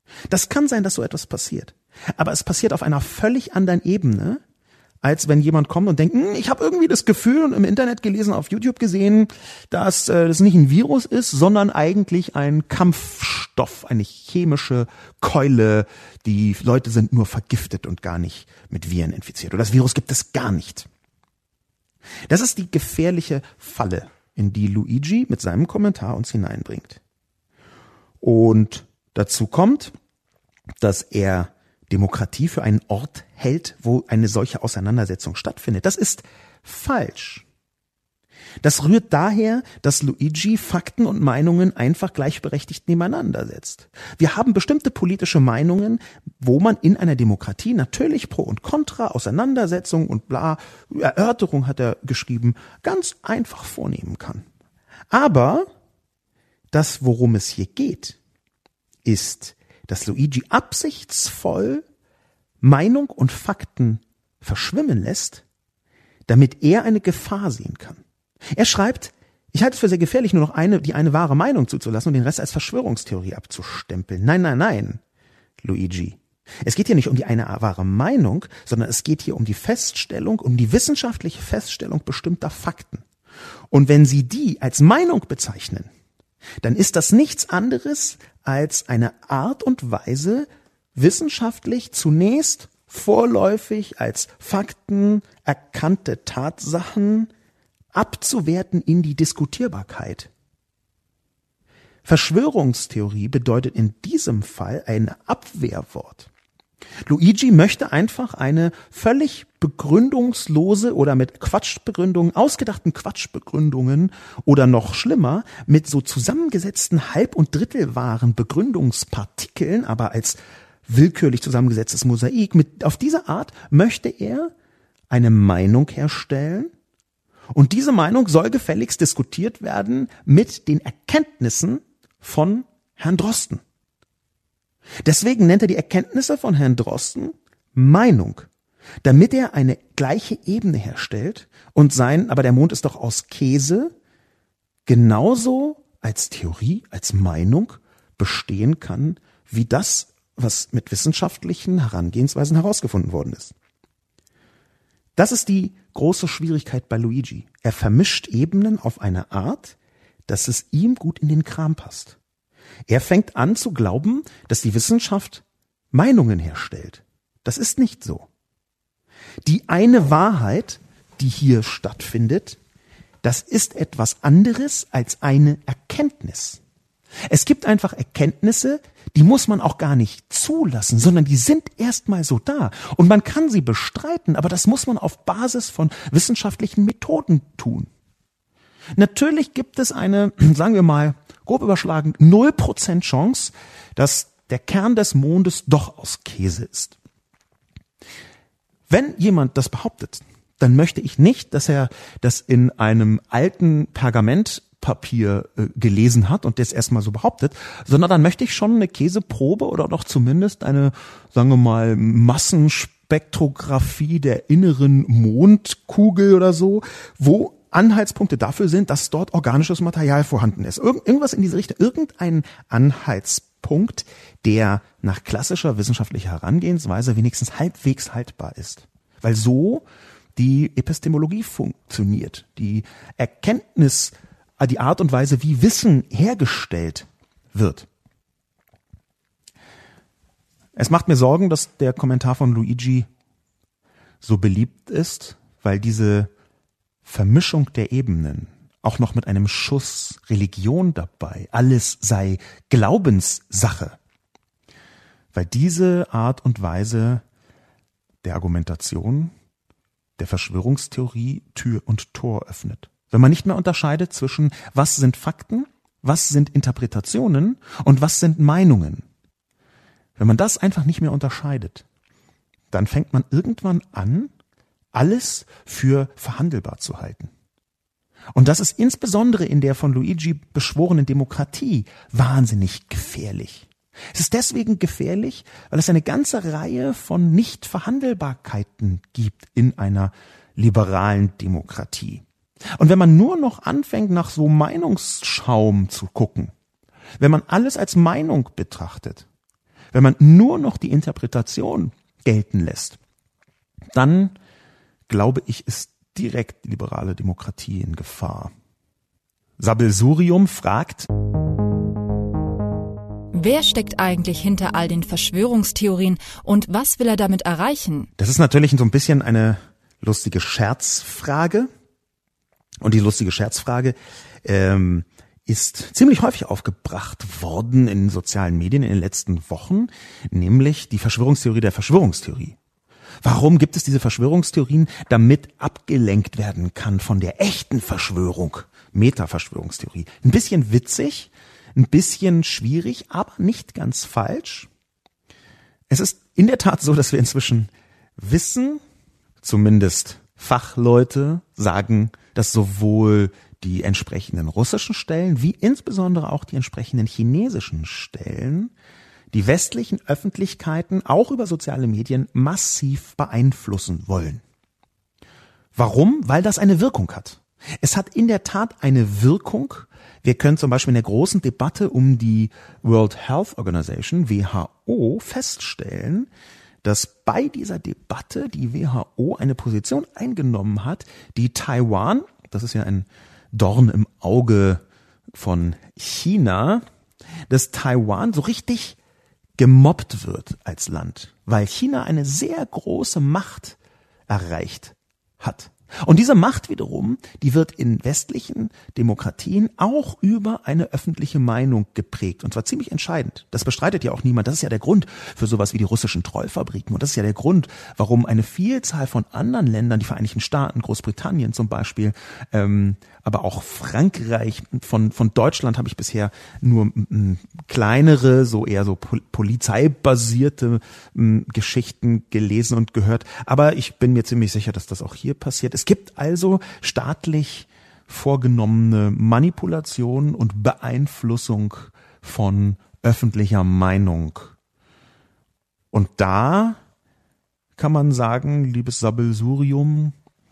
Das kann sein, dass so etwas passiert. Aber es passiert auf einer völlig anderen Ebene, als wenn jemand kommt und denkt, ich habe irgendwie das Gefühl und im Internet gelesen, auf YouTube gesehen, dass äh, das nicht ein Virus ist, sondern eigentlich ein Kampfstoff, eine chemische Keule. Die Leute sind nur vergiftet und gar nicht mit Viren infiziert. Oder das Virus gibt es gar nicht. Das ist die gefährliche Falle, in die Luigi mit seinem Kommentar uns hineinbringt. Und dazu kommt, dass er Demokratie für einen Ort hält, wo eine solche Auseinandersetzung stattfindet. Das ist falsch. Das rührt daher, dass Luigi Fakten und Meinungen einfach gleichberechtigt nebeneinander setzt. Wir haben bestimmte politische Meinungen, wo man in einer Demokratie natürlich Pro und Contra, Auseinandersetzung und bla, Erörterung hat er geschrieben, ganz einfach vornehmen kann. Aber das, worum es hier geht, ist, dass Luigi absichtsvoll Meinung und Fakten verschwimmen lässt, damit er eine Gefahr sehen kann. Er schreibt, ich halte es für sehr gefährlich, nur noch eine, die eine wahre Meinung zuzulassen und den Rest als Verschwörungstheorie abzustempeln. Nein, nein, nein, Luigi. Es geht hier nicht um die eine wahre Meinung, sondern es geht hier um die Feststellung, um die wissenschaftliche Feststellung bestimmter Fakten. Und wenn Sie die als Meinung bezeichnen, dann ist das nichts anderes als eine Art und Weise, wissenschaftlich zunächst vorläufig als Fakten erkannte Tatsachen abzuwerten in die Diskutierbarkeit. Verschwörungstheorie bedeutet in diesem Fall ein Abwehrwort. Luigi möchte einfach eine völlig begründungslose oder mit Quatschbegründungen, ausgedachten Quatschbegründungen oder noch schlimmer, mit so zusammengesetzten Halb- und Drittelwahren Begründungspartikeln, aber als willkürlich zusammengesetztes Mosaik, mit, auf diese Art möchte er eine Meinung herstellen und diese Meinung soll gefälligst diskutiert werden mit den Erkenntnissen von Herrn Drosten. Deswegen nennt er die Erkenntnisse von Herrn Drosten Meinung, damit er eine gleiche Ebene herstellt und sein, aber der Mond ist doch aus Käse, genauso als Theorie, als Meinung bestehen kann, wie das, was mit wissenschaftlichen Herangehensweisen herausgefunden worden ist. Das ist die große Schwierigkeit bei Luigi. Er vermischt Ebenen auf eine Art, dass es ihm gut in den Kram passt. Er fängt an zu glauben, dass die Wissenschaft Meinungen herstellt. Das ist nicht so. Die eine Wahrheit, die hier stattfindet, das ist etwas anderes als eine Erkenntnis. Es gibt einfach Erkenntnisse, die muss man auch gar nicht zulassen, sondern die sind erstmal so da. Und man kann sie bestreiten, aber das muss man auf Basis von wissenschaftlichen Methoden tun. Natürlich gibt es eine, sagen wir mal, grob überschlagen, null Prozent Chance, dass der Kern des Mondes doch aus Käse ist. Wenn jemand das behauptet, dann möchte ich nicht, dass er das in einem alten Pergamentpapier äh, gelesen hat und das erstmal so behauptet, sondern dann möchte ich schon eine Käseprobe oder doch zumindest eine, sagen wir mal, Massenspektrographie der inneren Mondkugel oder so, wo Anhaltspunkte dafür sind, dass dort organisches Material vorhanden ist. Irgend, irgendwas in diese Richtung, irgendein Anhaltspunkt, der nach klassischer wissenschaftlicher Herangehensweise wenigstens halbwegs haltbar ist. Weil so die Epistemologie funktioniert, die Erkenntnis, die Art und Weise, wie Wissen hergestellt wird. Es macht mir Sorgen, dass der Kommentar von Luigi so beliebt ist, weil diese Vermischung der Ebenen, auch noch mit einem Schuss Religion dabei, alles sei Glaubenssache, weil diese Art und Weise der Argumentation, der Verschwörungstheorie Tür und Tor öffnet. Wenn man nicht mehr unterscheidet zwischen was sind Fakten, was sind Interpretationen und was sind Meinungen. Wenn man das einfach nicht mehr unterscheidet, dann fängt man irgendwann an, alles für verhandelbar zu halten. Und das ist insbesondere in der von Luigi beschworenen Demokratie wahnsinnig gefährlich. Es ist deswegen gefährlich, weil es eine ganze Reihe von Nichtverhandelbarkeiten gibt in einer liberalen Demokratie. Und wenn man nur noch anfängt, nach so Meinungsschaum zu gucken, wenn man alles als Meinung betrachtet, wenn man nur noch die Interpretation gelten lässt, dann, glaube ich, ist direkt die liberale Demokratie in Gefahr. Sammelsurium fragt: Wer steckt eigentlich hinter all den Verschwörungstheorien und was will er damit erreichen? Das ist natürlich so ein bisschen eine lustige Scherzfrage. Und die lustige Scherzfrage ähm, ist ziemlich häufig aufgebracht worden in sozialen Medien in den letzten Wochen, nämlich die Verschwörungstheorie der Verschwörungstheorie. Warum gibt es diese Verschwörungstheorien? Damit abgelenkt werden kann von der echten Verschwörung, Metaverschwörungstheorie. Ein bisschen witzig, ein bisschen schwierig, aber nicht ganz falsch. Es ist in der Tat so, dass wir inzwischen wissen, zumindest Fachleute sagen, dass sowohl die entsprechenden russischen Stellen wie insbesondere auch die entsprechenden chinesischen Stellen die westlichen Öffentlichkeiten auch über soziale Medien massiv beeinflussen wollen. Warum? Weil das eine Wirkung hat. Es hat in der Tat eine Wirkung. Wir können zum Beispiel in der großen Debatte um die World Health Organization, W H O, feststellen, dass bei dieser Debatte die W H O eine Position eingenommen hat, die Taiwan, das ist ja ein Dorn im Auge von China, dass Taiwan so richtig gemobbt wird als Land, weil China eine sehr große Macht erreicht hat. Und diese Macht wiederum, die wird in westlichen Demokratien auch über eine öffentliche Meinung geprägt. Und zwar ziemlich entscheidend. Das bestreitet ja auch niemand. Das ist ja der Grund für sowas wie die russischen Trollfabriken. Und das ist ja der Grund, warum eine Vielzahl von anderen Ländern, die Vereinigten Staaten, Großbritannien zum Beispiel, ähm, aber auch Frankreich, von, von Deutschland habe ich bisher nur m, kleinere, so eher so pol- polizeibasierte m, Geschichten gelesen und gehört. Aber ich bin mir ziemlich sicher, dass das auch hier passiert. Es gibt also staatlich vorgenommene Manipulation und Beeinflussung von öffentlicher Meinung. Und da kann man sagen, liebes Sammelsurium,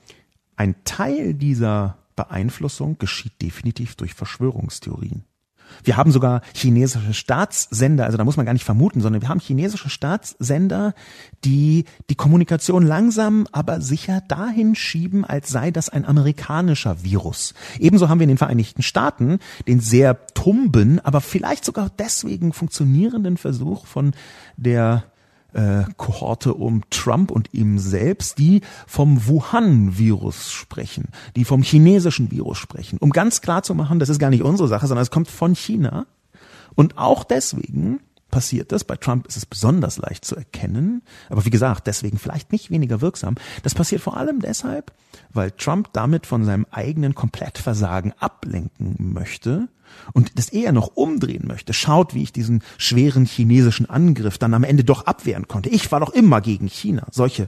ein Teil dieser Beeinflussung geschieht definitiv durch Verschwörungstheorien. Wir haben sogar chinesische Staatssender, also da muss man gar nicht vermuten, sondern wir haben chinesische Staatssender, die die Kommunikation langsam, aber sicher dahin schieben, als sei das ein amerikanischer Virus. Ebenso haben wir in den Vereinigten Staaten den sehr tumben, aber vielleicht sogar deswegen funktionierenden Versuch von der Äh, Kohorte um Trump und ihm selbst, die vom Wuhan-Virus sprechen, die vom chinesischen Virus sprechen, um ganz klar zu machen, das ist gar nicht unsere Sache, sondern es kommt von China. Und auch deswegen passiert das, bei Trump ist es besonders leicht zu erkennen, aber wie gesagt, deswegen vielleicht nicht weniger wirksam. Das passiert vor allem deshalb, weil Trump damit von seinem eigenen Komplettversagen ablenken möchte und das eher noch umdrehen möchte. Schaut, wie ich diesen schweren chinesischen Angriff dann am Ende doch abwehren konnte. Ich war doch immer gegen China. Solche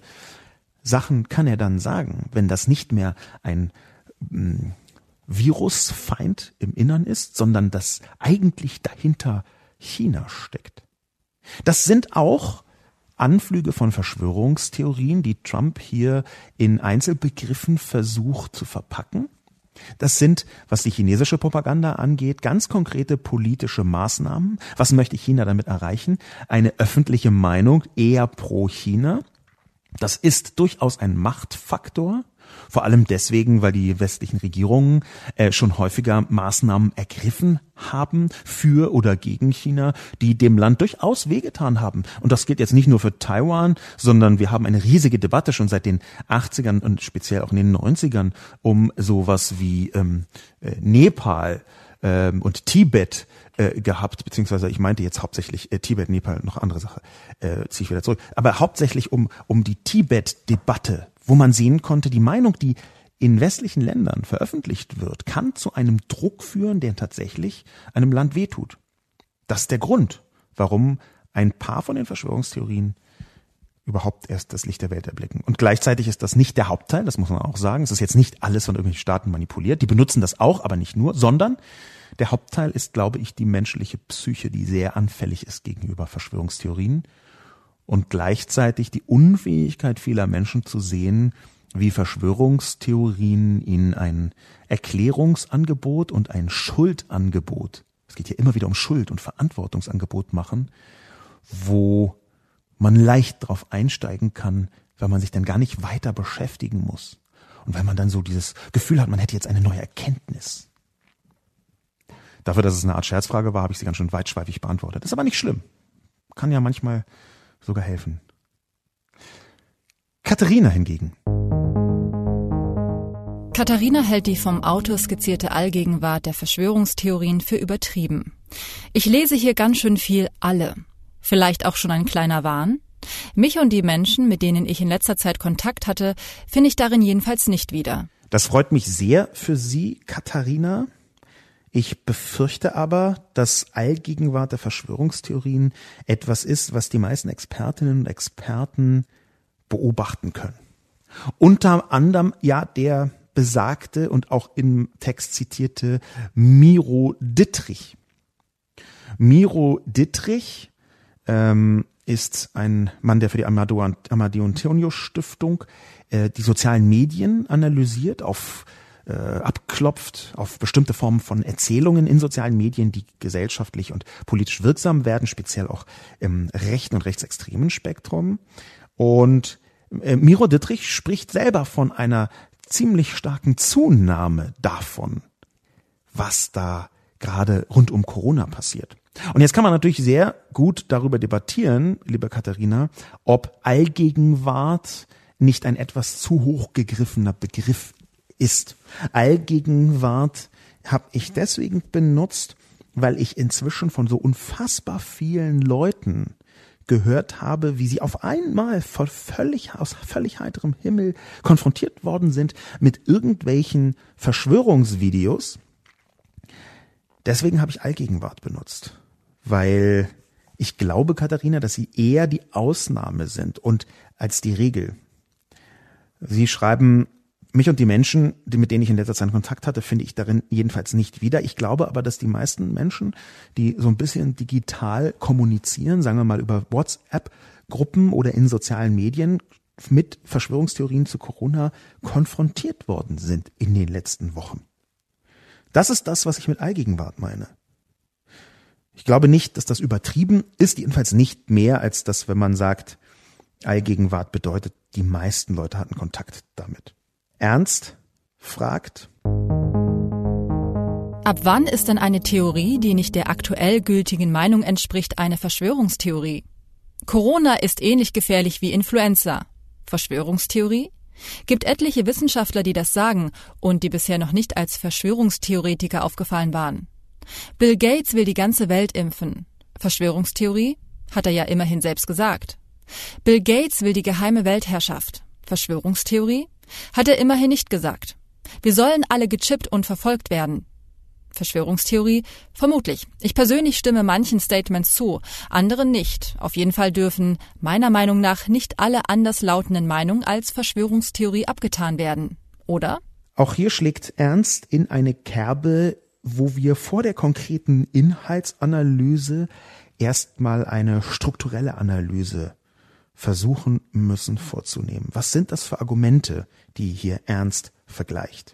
Sachen kann er dann sagen, wenn das nicht mehr ein mh, Virusfeind im Innern ist, sondern das eigentlich dahinter China steckt. Das sind auch Anflüge von Verschwörungstheorien, die Trump hier in Einzelbegriffen versucht zu verpacken. Das sind, was die chinesische Propaganda angeht, ganz konkrete politische Maßnahmen. Was möchte China damit erreichen? Eine öffentliche Meinung eher pro China. Das ist durchaus ein Machtfaktor. Vor allem deswegen, weil die westlichen Regierungen äh, schon häufiger Maßnahmen ergriffen haben für oder gegen China, die dem Land durchaus wehgetan haben. Und das gilt jetzt nicht nur für Taiwan, sondern wir haben eine riesige Debatte schon seit den achtzigern und speziell auch in den neunzigern um sowas wie ähm, äh, Nepal ähm, und Tibet äh, gehabt, beziehungsweise ich meinte jetzt hauptsächlich äh, Tibet, Nepal, noch andere Sache, äh, ziehe ich wieder zurück. Aber hauptsächlich um um die Tibet-Debatte, wo man sehen konnte, die Meinung, die in westlichen Ländern veröffentlicht wird, kann zu einem Druck führen, der tatsächlich einem Land wehtut. Das ist der Grund, warum ein paar von den Verschwörungstheorien überhaupt erst das Licht der Welt erblicken. Und gleichzeitig ist das nicht der Hauptteil, das muss man auch sagen. Es ist jetzt nicht alles von irgendwelchen Staaten manipuliert. Die benutzen das auch, aber nicht nur, sondern der Hauptteil ist, glaube ich, die menschliche Psyche, die sehr anfällig ist gegenüber Verschwörungstheorien. Und gleichzeitig die Unfähigkeit vieler Menschen zu sehen, wie Verschwörungstheorien ihnen ein Erklärungsangebot und ein Schuldangebot, es geht hier immer wieder um Schuld und Verantwortungsangebot machen, wo man leicht drauf einsteigen kann, weil man sich dann gar nicht weiter beschäftigen muss. Und weil man dann so dieses Gefühl hat, man hätte jetzt eine neue Erkenntnis. Dafür, dass es eine Art Scherzfrage war, habe ich sie ganz schön weitschweifig beantwortet. Ist aber nicht schlimm. Kann ja manchmal sogar helfen. Katharina hingegen. Katharina hält die vom Autor skizzierte Allgegenwart der Verschwörungstheorien für übertrieben. Ich lese hier ganz schön viel alle. Vielleicht auch schon ein kleiner Wahn? Mich und die Menschen, mit denen ich in letzter Zeit Kontakt hatte, finde ich darin jedenfalls nicht wieder. Das freut mich sehr für Sie, Katharina. Ich befürchte aber, dass Allgegenwart der Verschwörungstheorien etwas ist, was die meisten Expertinnen und Experten beobachten können. Unter anderem ja der besagte und auch im Text zitierte Miro Dittrich. Miro Dittrich ähm, ist ein Mann, der für die Amadeo Antonio Stiftung äh, die sozialen Medien analysiert, auf äh, abklopft auf bestimmte Formen von Erzählungen in sozialen Medien, die gesellschaftlich und politisch wirksam werden, speziell auch im rechten und rechtsextremen Spektrum. Und äh, Miro Dittrich spricht selber von einer ziemlich starken Zunahme davon, was da gerade rund um Corona passiert. Und jetzt kann man natürlich sehr gut darüber debattieren, liebe Katharina, ob Allgegenwart nicht ein etwas zu hoch gegriffener Begriff ist. Allgegenwart habe ich deswegen benutzt, weil ich inzwischen von so unfassbar vielen Leuten gehört habe, wie sie auf einmal von völlig, aus völlig heiterem Himmel konfrontiert worden sind mit irgendwelchen Verschwörungsvideos. Deswegen habe ich Allgegenwart benutzt, weil ich glaube, Katharina, dass sie eher die Ausnahme sind und als die Regel. Sie schreiben, mich und die Menschen, die, mit denen ich in letzter Zeit Kontakt hatte, finde ich darin jedenfalls nicht wieder. Ich glaube aber, dass die meisten Menschen, die so ein bisschen digital kommunizieren, sagen wir mal über WhatsApp-Gruppen oder in sozialen Medien, mit Verschwörungstheorien zu Corona konfrontiert worden sind in den letzten Wochen. Das ist das, was ich mit Allgegenwart meine. Ich glaube nicht, dass das übertrieben ist, jedenfalls nicht mehr, als das, wenn man sagt, Allgegenwart bedeutet, die meisten Leute hatten Kontakt damit. Ernst fragt: Ab wann ist denn eine Theorie, die nicht der aktuell gültigen Meinung entspricht, eine Verschwörungstheorie? Corona ist ähnlich gefährlich wie Influenza. Verschwörungstheorie? Gibt etliche Wissenschaftler, die das sagen und die bisher noch nicht als Verschwörungstheoretiker aufgefallen waren. Bill Gates will die ganze Welt impfen. Verschwörungstheorie? Hat er ja immerhin selbst gesagt. Bill Gates will die geheime Weltherrschaft. Verschwörungstheorie? Hat er immerhin nicht gesagt. Wir sollen alle gechippt und verfolgt werden. Verschwörungstheorie? Vermutlich. Ich persönlich stimme manchen Statements zu, anderen nicht. Auf jeden Fall dürfen, meiner Meinung nach, nicht alle anderslautenden Meinungen als Verschwörungstheorie abgetan werden. Oder? Auch hier schlägt Ernst in eine Kerbe, wo wir vor der konkreten Inhaltsanalyse erstmal eine strukturelle Analyse versuchen müssen vorzunehmen. Was sind das für Argumente, die hier Ernst vergleicht?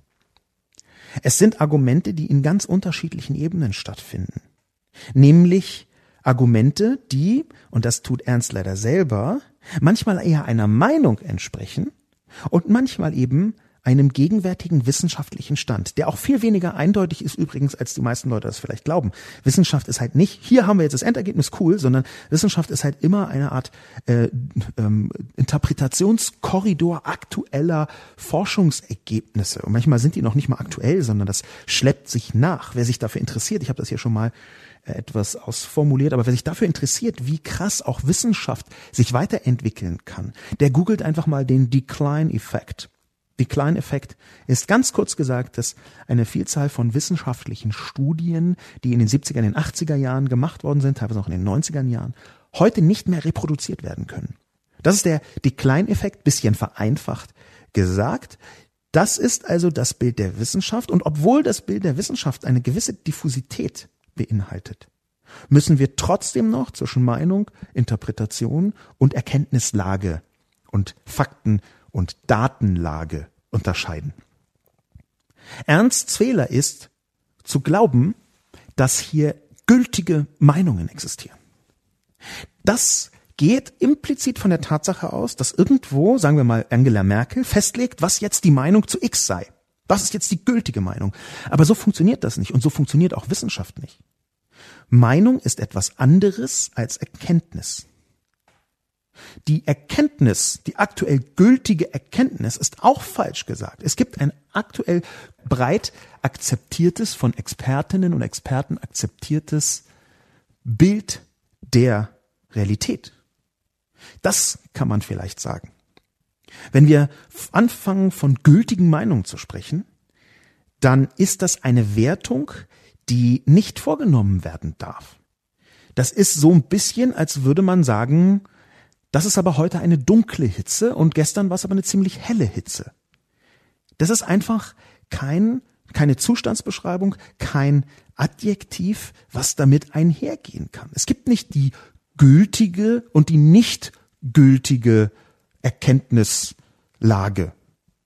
Es sind Argumente, die in ganz unterschiedlichen Ebenen stattfinden. Nämlich Argumente, die, und das tut Ernst leider selber, manchmal eher einer Meinung entsprechen und manchmal eben einem gegenwärtigen wissenschaftlichen Stand, der auch viel weniger eindeutig ist übrigens, als die meisten Leute das vielleicht glauben. Wissenschaft ist halt nicht, hier haben wir jetzt das Endergebnis, cool, sondern Wissenschaft ist halt immer eine Art äh, ähm, Interpretationskorridor aktueller Forschungsergebnisse. Und manchmal sind die noch nicht mal aktuell, sondern das schleppt sich nach. Wer sich dafür interessiert, ich habe das hier schon mal äh, etwas ausformuliert, aber wer sich dafür interessiert, wie krass auch Wissenschaft sich weiterentwickeln kann, der googelt einfach mal den Decline-Effekt. Decline-Effekt ist ganz kurz gesagt, dass eine Vielzahl von wissenschaftlichen Studien, die in den siebziger, in den achtziger Jahren gemacht worden sind, teilweise auch in den neunziger Jahren, heute nicht mehr reproduziert werden können. Das ist der Decline-Effekt, bisschen vereinfacht gesagt. Das ist also das Bild der Wissenschaft, und obwohl das Bild der Wissenschaft eine gewisse Diffusität beinhaltet, müssen wir trotzdem noch zwischen Meinung, Interpretation und Erkenntnislage und Fakten und Datenlage unterscheiden. Ernsts Fehler ist, zu glauben, dass hier gültige Meinungen existieren. Das geht implizit von der Tatsache aus, dass irgendwo, sagen wir mal Angela Merkel, festlegt, was jetzt die Meinung zu X sei. Was ist jetzt die gültige Meinung? Aber so funktioniert das nicht und so funktioniert auch Wissenschaft nicht. Meinung ist etwas anderes als Erkenntnis. Die Erkenntnis, die aktuell gültige Erkenntnis ist auch falsch gesagt. Es gibt ein aktuell breit akzeptiertes, von Expertinnen und Experten akzeptiertes Bild der Realität. Das kann man vielleicht sagen. Wenn wir anfangen, von gültigen Meinungen zu sprechen, dann ist das eine Wertung, die nicht vorgenommen werden darf. Das ist so ein bisschen, als würde man sagen, das ist aber heute eine dunkle Hitze und gestern war es aber eine ziemlich helle Hitze. Das ist einfach kein, keine Zustandsbeschreibung, kein Adjektiv, was damit einhergehen kann. Es gibt nicht die gültige und die nicht gültige Erkenntnislage.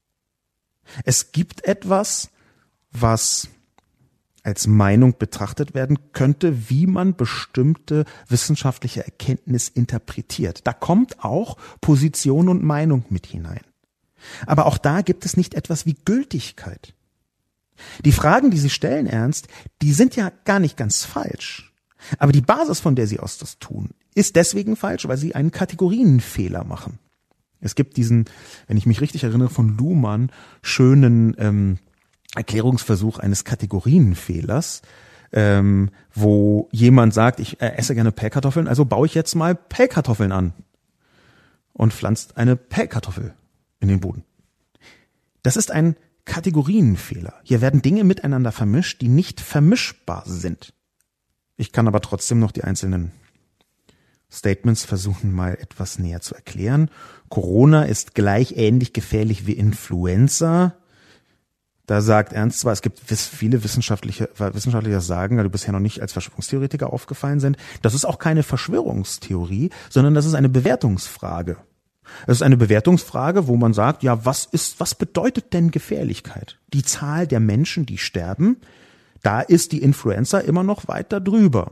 Es gibt etwas, was als Meinung betrachtet werden könnte, wie man bestimmte wissenschaftliche Erkenntnis interpretiert. Da kommt auch Position und Meinung mit hinein. Aber auch da gibt es nicht etwas wie Gültigkeit. Die Fragen, die Sie stellen, Ernst, die sind ja gar nicht ganz falsch. Aber die Basis, von der Sie aus das tun, ist deswegen falsch, weil Sie einen Kategorienfehler machen. Es gibt diesen, wenn ich mich richtig erinnere, von Luhmann schönen ähm, Erklärungsversuch eines Kategorienfehlers, ähm, wo jemand sagt, ich äh, esse gerne Pellkartoffeln, also baue ich jetzt mal Pellkartoffeln an und pflanzt eine Pellkartoffel in den Boden. Das ist ein Kategorienfehler. Hier werden Dinge miteinander vermischt, die nicht vermischbar sind. Ich kann aber trotzdem noch die einzelnen Statements versuchen, mal etwas näher zu erklären. Corona ist gleich ähnlich gefährlich wie Influenza. Da sagt Ernst zwar, es gibt viele wissenschaftliche, Wissenschaftler sagen, die bisher noch nicht als Verschwörungstheoretiker aufgefallen sind. Das ist auch keine Verschwörungstheorie, sondern das ist eine Bewertungsfrage. Es ist eine Bewertungsfrage, wo man sagt, ja, was ist, was bedeutet denn Gefährlichkeit? Die Zahl der Menschen, die sterben, da ist die Influenza immer noch weiter drüber.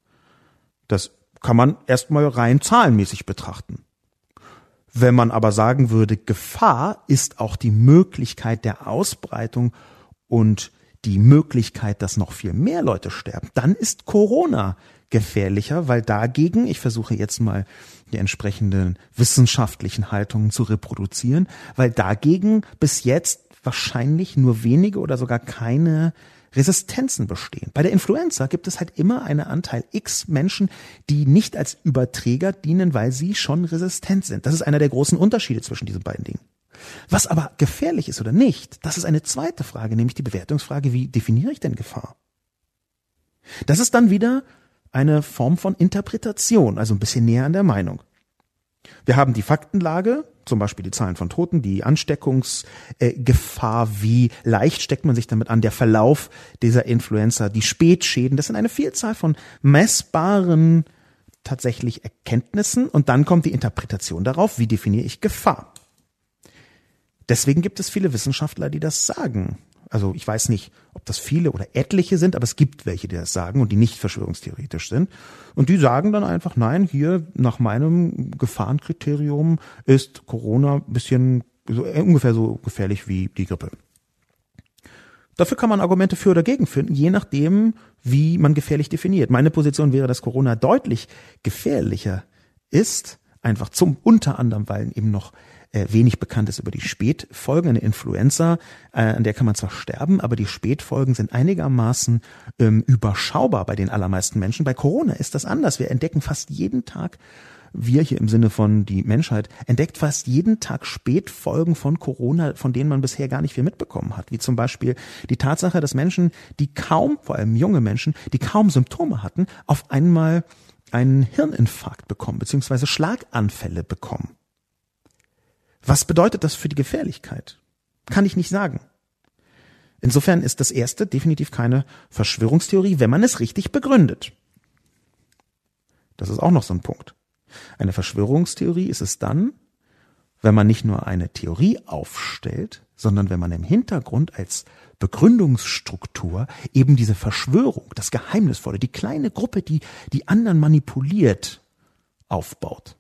Das kann man erstmal rein zahlenmäßig betrachten. Wenn man aber sagen würde, Gefahr ist auch die Möglichkeit der Ausbreitung und die Möglichkeit, dass noch viel mehr Leute sterben, dann ist Corona gefährlicher, weil dagegen, ich versuche jetzt mal die entsprechenden wissenschaftlichen Haltungen zu reproduzieren, weil dagegen bis jetzt wahrscheinlich nur wenige oder sogar keine Resistenzen bestehen. Bei der Influenza gibt es halt immer einen Anteil X Menschen, die nicht als Überträger dienen, weil sie schon resistent sind. Das ist einer der großen Unterschiede zwischen diesen beiden Dingen. Was aber gefährlich ist oder nicht, das ist eine zweite Frage, nämlich die Bewertungsfrage, wie definiere ich denn Gefahr? Das ist dann wieder eine Form von Interpretation, also ein bisschen näher an der Meinung. Wir haben die Faktenlage, zum Beispiel die Zahlen von Toten, die Ansteckungsgefahr, äh, wie leicht steckt man sich damit an, der Verlauf dieser Influenza, die Spätschäden. Das sind eine Vielzahl von messbaren tatsächlich Erkenntnissen und dann kommt die Interpretation darauf, wie definiere ich Gefahr. Deswegen gibt es viele Wissenschaftler, die das sagen. Also ich weiß nicht, ob das viele oder etliche sind, aber es gibt welche, die das sagen und die nicht verschwörungstheoretisch sind. Und die sagen dann einfach, nein, hier nach meinem Gefahrenkriterium ist Corona ein bisschen so, ungefähr so gefährlich wie die Grippe. Dafür kann man Argumente für oder gegen finden, je nachdem, wie man gefährlich definiert. Meine Position wäre, dass Corona deutlich gefährlicher ist, einfach zum unter anderem, weil eben noch wenig bekannt ist über die Spätfolgen. Eine Influenza, äh, an der kann man zwar sterben, aber die Spätfolgen sind einigermaßen ähm, überschaubar bei den allermeisten Menschen. Bei Corona ist das anders. Wir entdecken fast jeden Tag, wir hier im Sinne von die Menschheit, entdeckt fast jeden Tag Spätfolgen von Corona, von denen man bisher gar nicht viel mitbekommen hat. Wie zum Beispiel die Tatsache, dass Menschen, die kaum, vor allem junge Menschen, die kaum Symptome hatten, auf einmal einen Hirninfarkt bekommen, beziehungsweise Schlaganfälle bekommen. Was bedeutet das für die Gefährlichkeit? Kann ich nicht sagen. Insofern ist das erste definitiv keine Verschwörungstheorie, wenn man es richtig begründet. Das ist auch noch so ein Punkt. Eine Verschwörungstheorie ist es dann, wenn man nicht nur eine Theorie aufstellt, sondern wenn man im Hintergrund als Begründungsstruktur eben diese Verschwörung, das Geheimnisvolle, die kleine Gruppe, die die anderen manipuliert, aufbaut.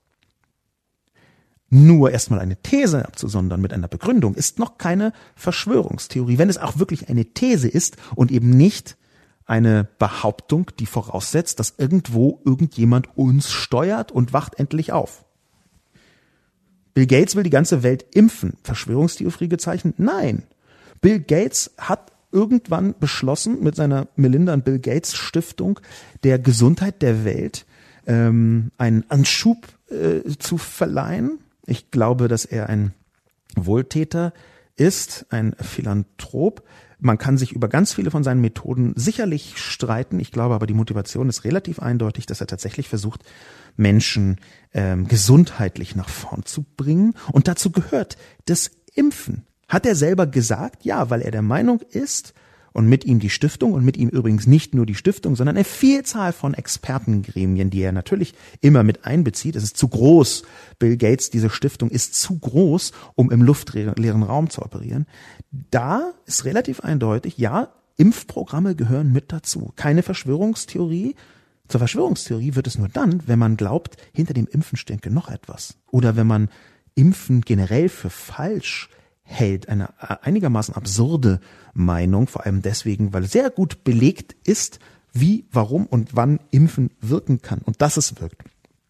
Nur erstmal eine These abzusondern mit einer Begründung ist noch keine Verschwörungstheorie, wenn es auch wirklich eine These ist und eben nicht eine Behauptung, die voraussetzt, dass irgendwo irgendjemand uns steuert und wacht endlich auf. Bill Gates will die ganze Welt impfen. Verschwörungstheorie gezeichnet? Nein. Bill Gates hat irgendwann beschlossen, mit seiner Melinda und Bill Gates Stiftung der Gesundheit der Welt ähm, einen Anschub äh, zu verleihen. Ich glaube, dass er ein Wohltäter ist, ein Philanthrop. Man kann sich über ganz viele von seinen Methoden sicherlich streiten. Ich glaube aber, die Motivation ist relativ eindeutig, dass er tatsächlich versucht, Menschen ähm, gesundheitlich nach vorn zu bringen. Und dazu gehört das Impfen. Hat er selber gesagt? Ja, weil er der Meinung ist, und mit ihm die Stiftung und mit ihm übrigens nicht nur die Stiftung, sondern eine Vielzahl von Expertengremien, die er natürlich immer mit einbezieht. Es ist zu groß. Bill Gates, diese Stiftung ist zu groß, um im luftleeren Raum zu operieren. Da ist relativ eindeutig, ja, Impfprogramme gehören mit dazu. Keine Verschwörungstheorie. Zur Verschwörungstheorie wird es nur dann, wenn man glaubt, hinter dem Impfen stecke noch etwas. Oder wenn man Impfen generell für falsch hält, eine einigermaßen absurde Meinung, vor allem deswegen, weil sehr gut belegt ist, wie, warum und wann Impfen wirken kann und dass es wirkt.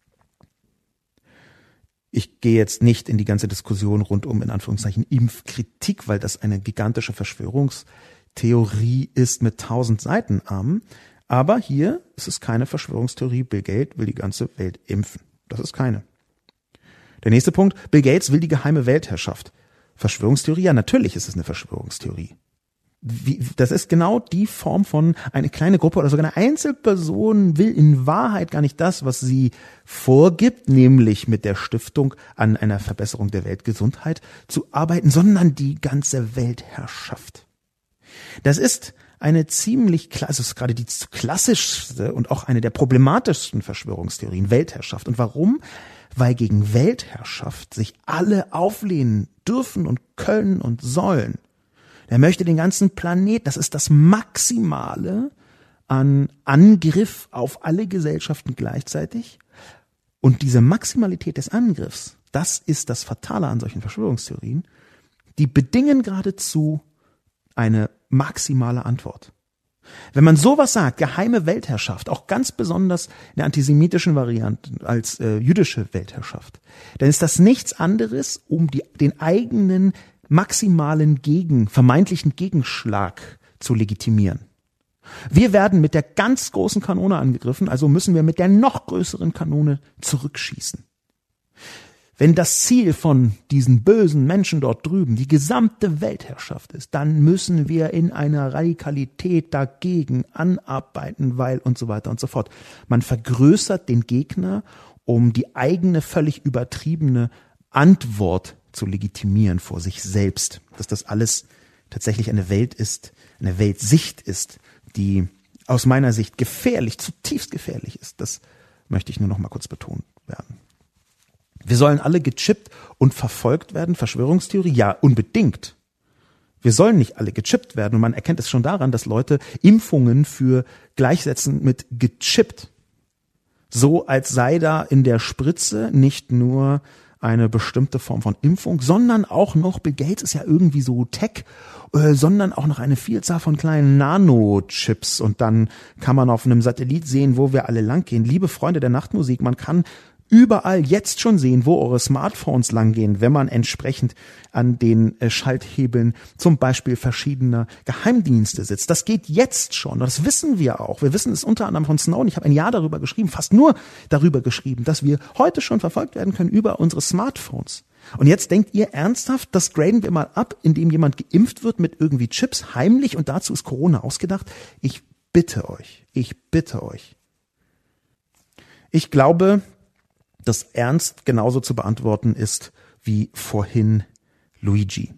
Ich gehe jetzt nicht in die ganze Diskussion rund um, in Anführungszeichen, Impfkritik, weil das eine gigantische Verschwörungstheorie ist mit tausend Seitenarmen. Aber hier ist es keine Verschwörungstheorie. Bill Gates will die ganze Welt impfen. Das ist keine. Der nächste Punkt, Bill Gates will die geheime Weltherrschaft. Verschwörungstheorie? Ja, natürlich ist es eine Verschwörungstheorie. Wie, das ist genau die Form von eine kleine Gruppe oder sogar eine Einzelperson will in Wahrheit gar nicht das, was sie vorgibt, nämlich mit der Stiftung an einer Verbesserung der Weltgesundheit zu arbeiten, sondern die ganze Weltherrschaft. Das ist eine ziemlich, das ist gerade die klassischste und auch eine der problematischsten Verschwörungstheorien, Weltherrschaft. Und warum? Weil gegen Weltherrschaft sich alle auflehnen dürfen und können und sollen. Er möchte den ganzen Planet, das ist das Maximale an Angriff auf alle Gesellschaften gleichzeitig. Und diese Maximalität des Angriffs, das ist das Fatale an solchen Verschwörungstheorien, die bedingen geradezu eine maximale Antwort. Wenn man sowas sagt, geheime Weltherrschaft, auch ganz besonders in der antisemitischen Variante als äh, jüdische Weltherrschaft, dann ist das nichts anderes, um die, den eigenen maximalen Gegen, vermeintlichen Gegenschlag zu legitimieren. Wir werden mit der ganz großen Kanone angegriffen, also müssen wir mit der noch größeren Kanone zurückschießen. Wenn das Ziel von diesen bösen Menschen dort drüben die gesamte Weltherrschaft ist, dann müssen wir in einer Radikalität dagegen anarbeiten, weil und so weiter und so fort. Man vergrößert den Gegner, um die eigene völlig übertriebene Antwort zu legitimieren vor sich selbst. Dass das alles tatsächlich eine Welt ist, eine Weltsicht ist, die aus meiner Sicht gefährlich, zutiefst gefährlich ist. Das möchte ich nur noch mal kurz betont werden. Wir sollen alle gechippt und verfolgt werden. Verschwörungstheorie? Ja, unbedingt. Wir sollen nicht alle gechippt werden. Und man erkennt es schon daran, dass Leute Impfungen für gleichsetzen mit gechippt. So als sei da in der Spritze nicht nur eine bestimmte Form von Impfung, sondern auch noch, Bill Gates ist ja irgendwie so Tech, äh, sondern auch noch eine Vielzahl von kleinen Nanochips. Und dann kann man auf einem Satellit sehen, wo wir alle langgehen. Liebe Freunde der Nachtmusik, man kann überall jetzt schon sehen, wo eure Smartphones langgehen, wenn man entsprechend an den äh, Schalthebeln zum Beispiel verschiedener Geheimdienste sitzt. Das geht jetzt schon, das wissen wir auch. Wir wissen es unter anderem von Snowden. Ich habe ein Jahr darüber geschrieben, fast nur darüber geschrieben, dass wir heute schon verfolgt werden können über unsere Smartphones. Und jetzt denkt ihr ernsthaft, das graden wir mal ab, indem jemand geimpft wird mit irgendwie Chips, heimlich, und dazu ist Corona ausgedacht? Ich bitte euch, ich bitte euch. Ich glaube, das ernst genauso zu beantworten ist wie vorhin Luigi.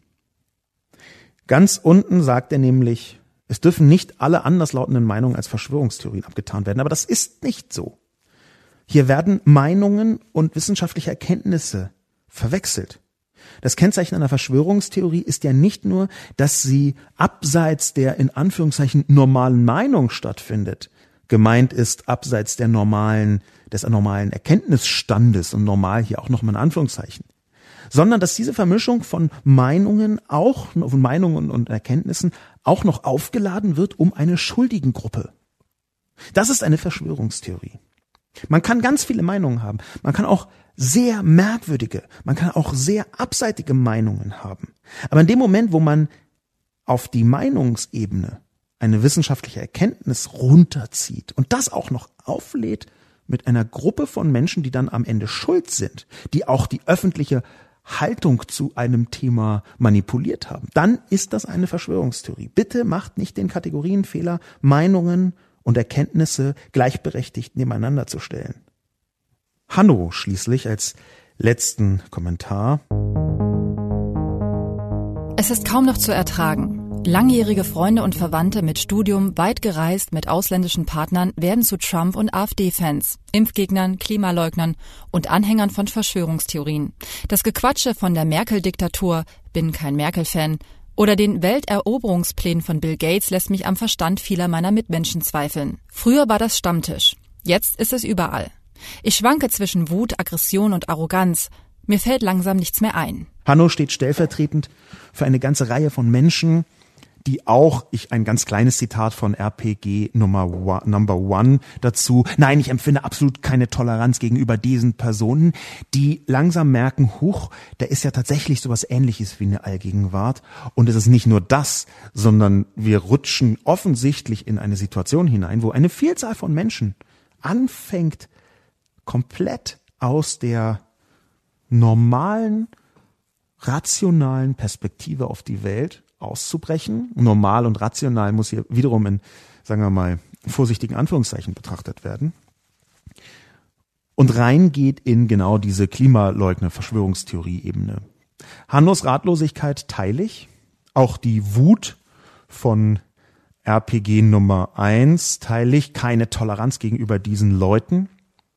Ganz unten sagt er nämlich, es dürfen nicht alle anderslautenden Meinungen als Verschwörungstheorien abgetan werden. Aber das ist nicht so. Hier werden Meinungen und wissenschaftliche Erkenntnisse verwechselt. Das Kennzeichen einer Verschwörungstheorie ist ja nicht nur, dass sie abseits der in Anführungszeichen normalen Meinung stattfindet. gemeint ist, abseits der normalen, des normalen Erkenntnisstandes und normal hier auch nochmal in Anführungszeichen, sondern dass diese Vermischung von Meinungen auch, von Meinungen und Erkenntnissen auch noch aufgeladen wird um eine Schuldigengruppe. Das ist eine Verschwörungstheorie. Man kann ganz viele Meinungen haben. Man kann auch sehr merkwürdige, man kann auch sehr abseitige Meinungen haben. Aber in dem Moment, wo man auf die Meinungsebene eine wissenschaftliche Erkenntnis runterzieht und das auch noch auflädt mit einer Gruppe von Menschen, die dann am Ende schuld sind, die auch die öffentliche Haltung zu einem Thema manipuliert haben, dann ist das eine Verschwörungstheorie. Bitte macht nicht den Kategorienfehler, Meinungen und Erkenntnisse gleichberechtigt nebeneinander zu stellen. Hanno schließlich als letzten Kommentar. Es ist kaum noch zu ertragen. Langjährige Freunde und Verwandte mit Studium, weit gereist mit ausländischen Partnern werden zu Trump- und AfD-Fans, Impfgegnern, Klimaleugnern und Anhängern von Verschwörungstheorien. Das Gequatsche von der Merkel-Diktatur, bin kein Merkel-Fan, oder den Welteroberungsplänen von Bill Gates lässt mich am Verstand vieler meiner Mitmenschen zweifeln. Früher war das Stammtisch, jetzt ist es überall. Ich schwanke zwischen Wut, Aggression und Arroganz. Mir fällt langsam nichts mehr ein. Hanno steht stellvertretend für eine ganze Reihe von Menschen, die auch, ich ein ganz kleines Zitat von R P G Nummer one, Number One dazu, nein, ich empfinde absolut keine Toleranz gegenüber diesen Personen, die langsam merken, huch, da ist ja tatsächlich sowas Ähnliches wie eine Allgegenwart. Und es ist nicht nur das, sondern wir rutschen offensichtlich in eine Situation hinein, wo eine Vielzahl von Menschen anfängt, komplett aus der normalen, rationalen Perspektive auf die Welt auszubrechen. Normal und rational muss hier wiederum in, sagen wir mal, vorsichtigen Anführungszeichen betrachtet werden. Und reingeht in genau diese Klimaleugner-Verschwörungstheorie-Ebene. Hannos Ratlosigkeit teile ich. Auch die Wut von R P G Nummer eins teile ich. Keine Toleranz gegenüber diesen Leuten.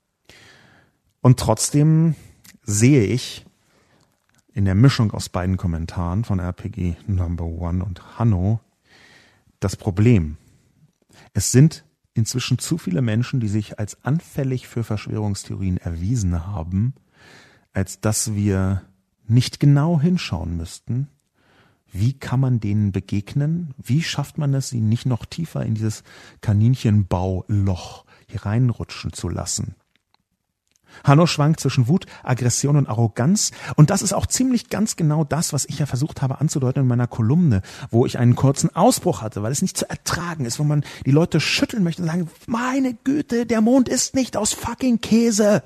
Und trotzdem sehe ich in der Mischung aus beiden Kommentaren von R P G Number One und Hanno das Problem. Es sind inzwischen zu viele Menschen, die sich als anfällig für Verschwörungstheorien erwiesen haben, als dass wir nicht genau hinschauen müssten, wie kann man denen begegnen, wie schafft man es, sie nicht noch tiefer in dieses Kaninchenbauloch hier reinrutschen zu lassen. Hanno schwankt zwischen Wut, Aggression und Arroganz und das ist auch ziemlich ganz genau das, was ich ja versucht habe anzudeuten in meiner Kolumne, wo ich einen kurzen Ausbruch hatte, weil es nicht zu ertragen ist, wo man die Leute schütteln möchte und sagen, meine Güte, der Mond ist nicht aus fucking Käse.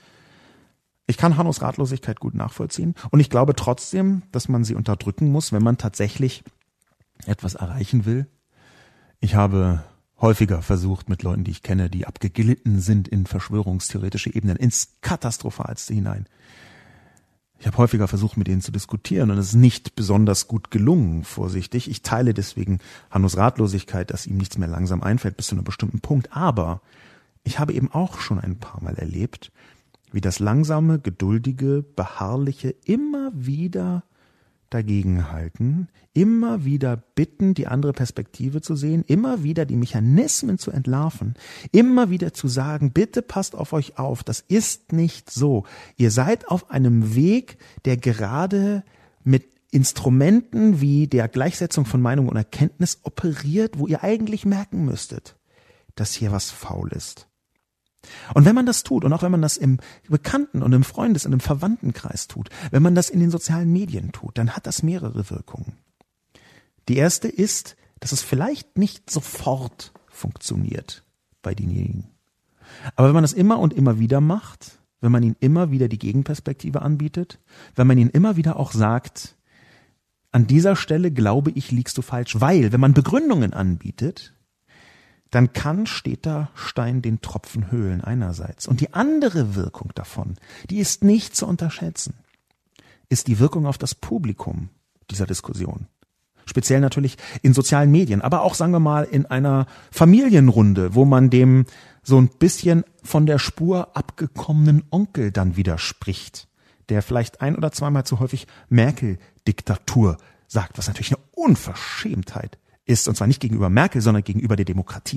Ich kann Hannos Ratlosigkeit gut nachvollziehen und ich glaube trotzdem, dass man sie unterdrücken muss, wenn man tatsächlich etwas erreichen will. Ich habe häufiger versucht, mit Leuten, die ich kenne, die abgeglitten sind in verschwörungstheoretische Ebenen, ins Katastrophalste hinein. Ich habe häufiger versucht, mit denen zu diskutieren und es ist nicht besonders gut gelungen, vorsichtig. Ich teile deswegen Hannos Ratlosigkeit, dass ihm nichts mehr langsam einfällt bis zu einem bestimmten Punkt. Aber ich habe eben auch schon ein paar Mal erlebt, wie das langsame, geduldige, beharrliche immer wieder dagegenhalten, immer wieder bitten, die andere Perspektive zu sehen, immer wieder die Mechanismen zu entlarven, immer wieder zu sagen, bitte passt auf euch auf, das ist nicht so. Ihr seid auf einem Weg, der gerade mit Instrumenten wie der Gleichsetzung von Meinung und Erkenntnis operiert, wo ihr eigentlich merken müsstet, dass hier was faul ist. Und wenn man das tut, und auch wenn man das im Bekannten- und im Freundes- und im Verwandtenkreis tut, wenn man das in den sozialen Medien tut, dann hat das mehrere Wirkungen. Die erste ist, dass es vielleicht nicht sofort funktioniert bei denjenigen. Aber wenn man das immer und immer wieder macht, wenn man ihnen immer wieder die Gegenperspektive anbietet, wenn man ihnen immer wieder auch sagt, an dieser Stelle glaube ich, liegst du falsch, weil, wenn man Begründungen anbietet, dann kann steter Stein den Tropfen höhlen einerseits. Und die andere Wirkung davon, die ist nicht zu unterschätzen, ist die Wirkung auf das Publikum dieser Diskussion. Speziell natürlich in sozialen Medien, aber auch, sagen wir mal, in einer Familienrunde, wo man dem so ein bisschen von der Spur abgekommenen Onkel dann widerspricht, der vielleicht ein- oder zweimal zu häufig Merkel-Diktatur sagt, was natürlich eine Unverschämtheit ist, und zwar nicht gegenüber Merkel, sondern gegenüber der Demokratie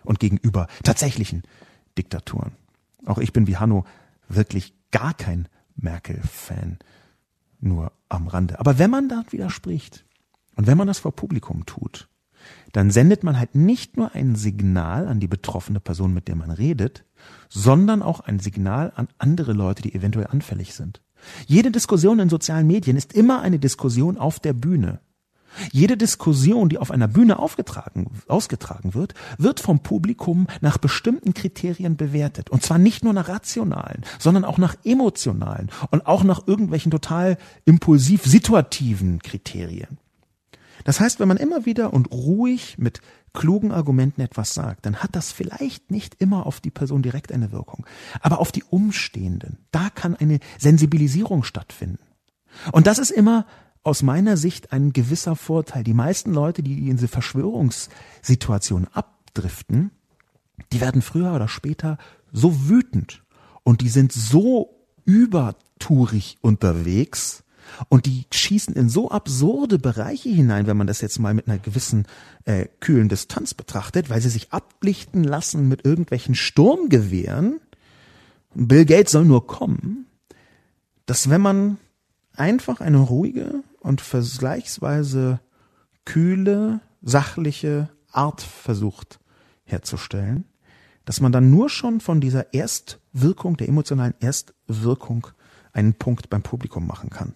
und gegenüber tatsächlichen Diktaturen. Auch ich bin wie Hanno wirklich gar kein Merkel-Fan, nur am Rande. Aber wenn man da widerspricht und wenn man das vor Publikum tut, dann sendet man halt nicht nur ein Signal an die betroffene Person, mit der man redet, sondern auch ein Signal an andere Leute, die eventuell anfällig sind. Jede Diskussion in sozialen Medien ist immer eine Diskussion auf der Bühne. Jede Diskussion, die auf einer Bühne aufgetragen, ausgetragen wird, wird vom Publikum nach bestimmten Kriterien bewertet. Und zwar nicht nur nach rationalen, sondern auch nach emotionalen und auch nach irgendwelchen total impulsiv situativen Kriterien. Das heißt, wenn man immer wieder und ruhig mit klugen Argumenten etwas sagt, dann hat das vielleicht nicht immer auf die Person direkt eine Wirkung, aber auf die Umstehenden. Da kann eine Sensibilisierung stattfinden. Und das ist immer aus meiner Sicht ein gewisser Vorteil. Die meisten Leute, die in diese Verschwörungssituation abdriften, die werden früher oder später so wütend und die sind so übertourig unterwegs, und die schießen in so absurde Bereiche hinein, wenn man das jetzt mal mit einer gewissen äh, kühlen Distanz betrachtet, weil sie sich ablichten lassen mit irgendwelchen Sturmgewehren. Bill Gates soll nur kommen, dass wenn man einfach eine ruhige und vergleichsweise kühle, sachliche Art versucht herzustellen, dass man dann nur schon von dieser Erstwirkung, der emotionalen Erstwirkung, einen Punkt beim Publikum machen kann.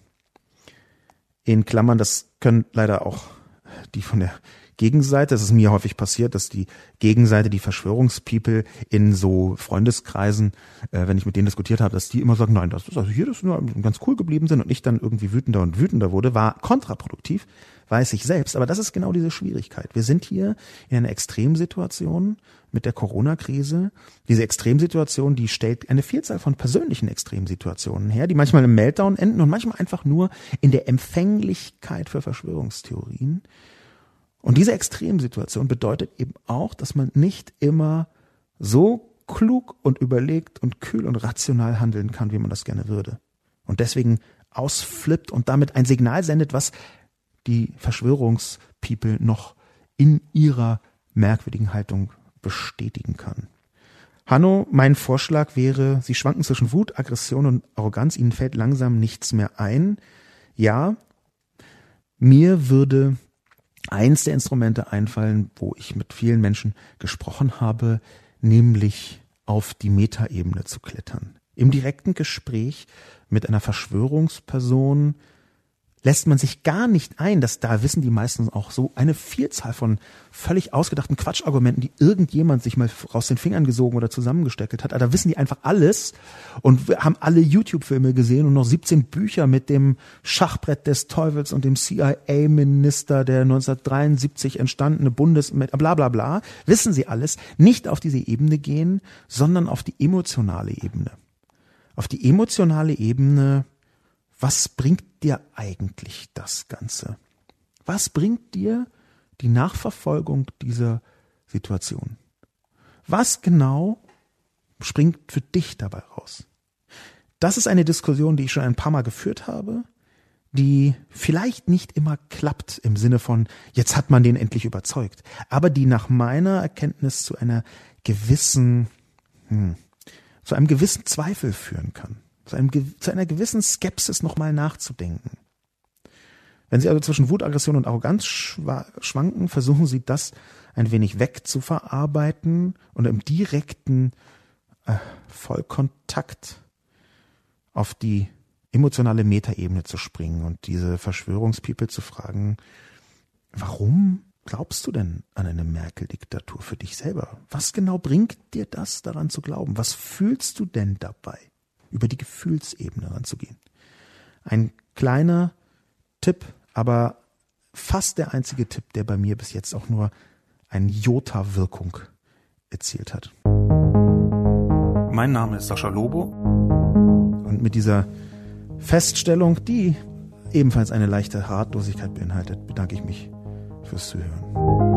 In Klammern, das können leider auch die von der Gegenseite, das ist mir häufig passiert, dass die Gegenseite, die Verschwörungspeople in so Freundeskreisen, äh, wenn ich mit denen diskutiert habe, dass die immer sagen, nein, das ist also hier, das nur ganz cool geblieben sind und ich dann irgendwie wütender und wütender wurde, war kontraproduktiv, weiß ich selbst. Aber das ist genau diese Schwierigkeit. Wir sind hier in einer Extremsituation mit der Corona-Krise. Diese Extremsituation, die stellt eine Vielzahl von persönlichen Extremsituationen her, die manchmal im Meltdown enden und manchmal einfach nur in der Empfänglichkeit für Verschwörungstheorien. Und diese Extremsituation bedeutet eben auch, dass man nicht immer so klug und überlegt und kühl und rational handeln kann, wie man das gerne würde. Und deswegen ausflippt und damit ein Signal sendet, was die Verschwörungspeople noch in ihrer merkwürdigen Haltung bestätigen kann. Hanno, mein Vorschlag wäre, Sie schwanken zwischen Wut, Aggression und Arroganz, Ihnen fällt langsam nichts mehr ein. Ja, mir würde eins der Instrumente einfallen, wo ich mit vielen Menschen gesprochen habe, nämlich auf die Metaebene zu klettern. Im direkten Gespräch mit einer Verschwörungsperson lässt man sich gar nicht ein, dass da wissen die meisten auch so eine Vielzahl von völlig ausgedachten Quatschargumenten, die irgendjemand sich mal aus den Fingern gesogen oder zusammengesteckelt hat. Aber da wissen die einfach alles und wir haben alle YouTube-Filme gesehen und noch siebzehn Bücher mit dem Schachbrett des Teufels und dem C I A-Minister, der neunzehnhundertdreiundsiebzig entstandene Bundes... bla bla bla. Wissen sie alles. Nicht auf diese Ebene gehen, sondern auf die emotionale Ebene. Auf die emotionale Ebene. Was bringt dir eigentlich das Ganze? Was bringt dir die Nachverfolgung dieser Situation? Was genau springt für dich dabei raus? Das ist eine Diskussion, die ich schon ein paar Mal geführt habe, die vielleicht nicht immer klappt im Sinne von, jetzt hat man den endlich überzeugt, aber die nach meiner Erkenntnis zu einer gewissen, hm, zu einem gewissen Zweifel führen kann. Zu, einem, zu einer gewissen Skepsis nochmal nachzudenken. Wenn Sie also zwischen Wut, Aggression und Arroganz schwanken, versuchen Sie das ein wenig wegzuverarbeiten und im direkten äh, Vollkontakt auf die emotionale Metaebene zu springen und diese Verschwörungspeople zu fragen, warum glaubst du denn an eine Merkel-Diktatur für dich selber? Was genau bringt dir das, daran zu glauben? Was fühlst du denn dabei? Über die Gefühlsebene ranzugehen. Ein kleiner Tipp, aber fast der einzige Tipp, der bei mir bis jetzt auch nur eine Jota-Wirkung erzielt hat. Mein Name ist Sascha Lobo und mit dieser Feststellung, die ebenfalls eine leichte Ratlosigkeit beinhaltet, bedanke ich mich fürs Zuhören.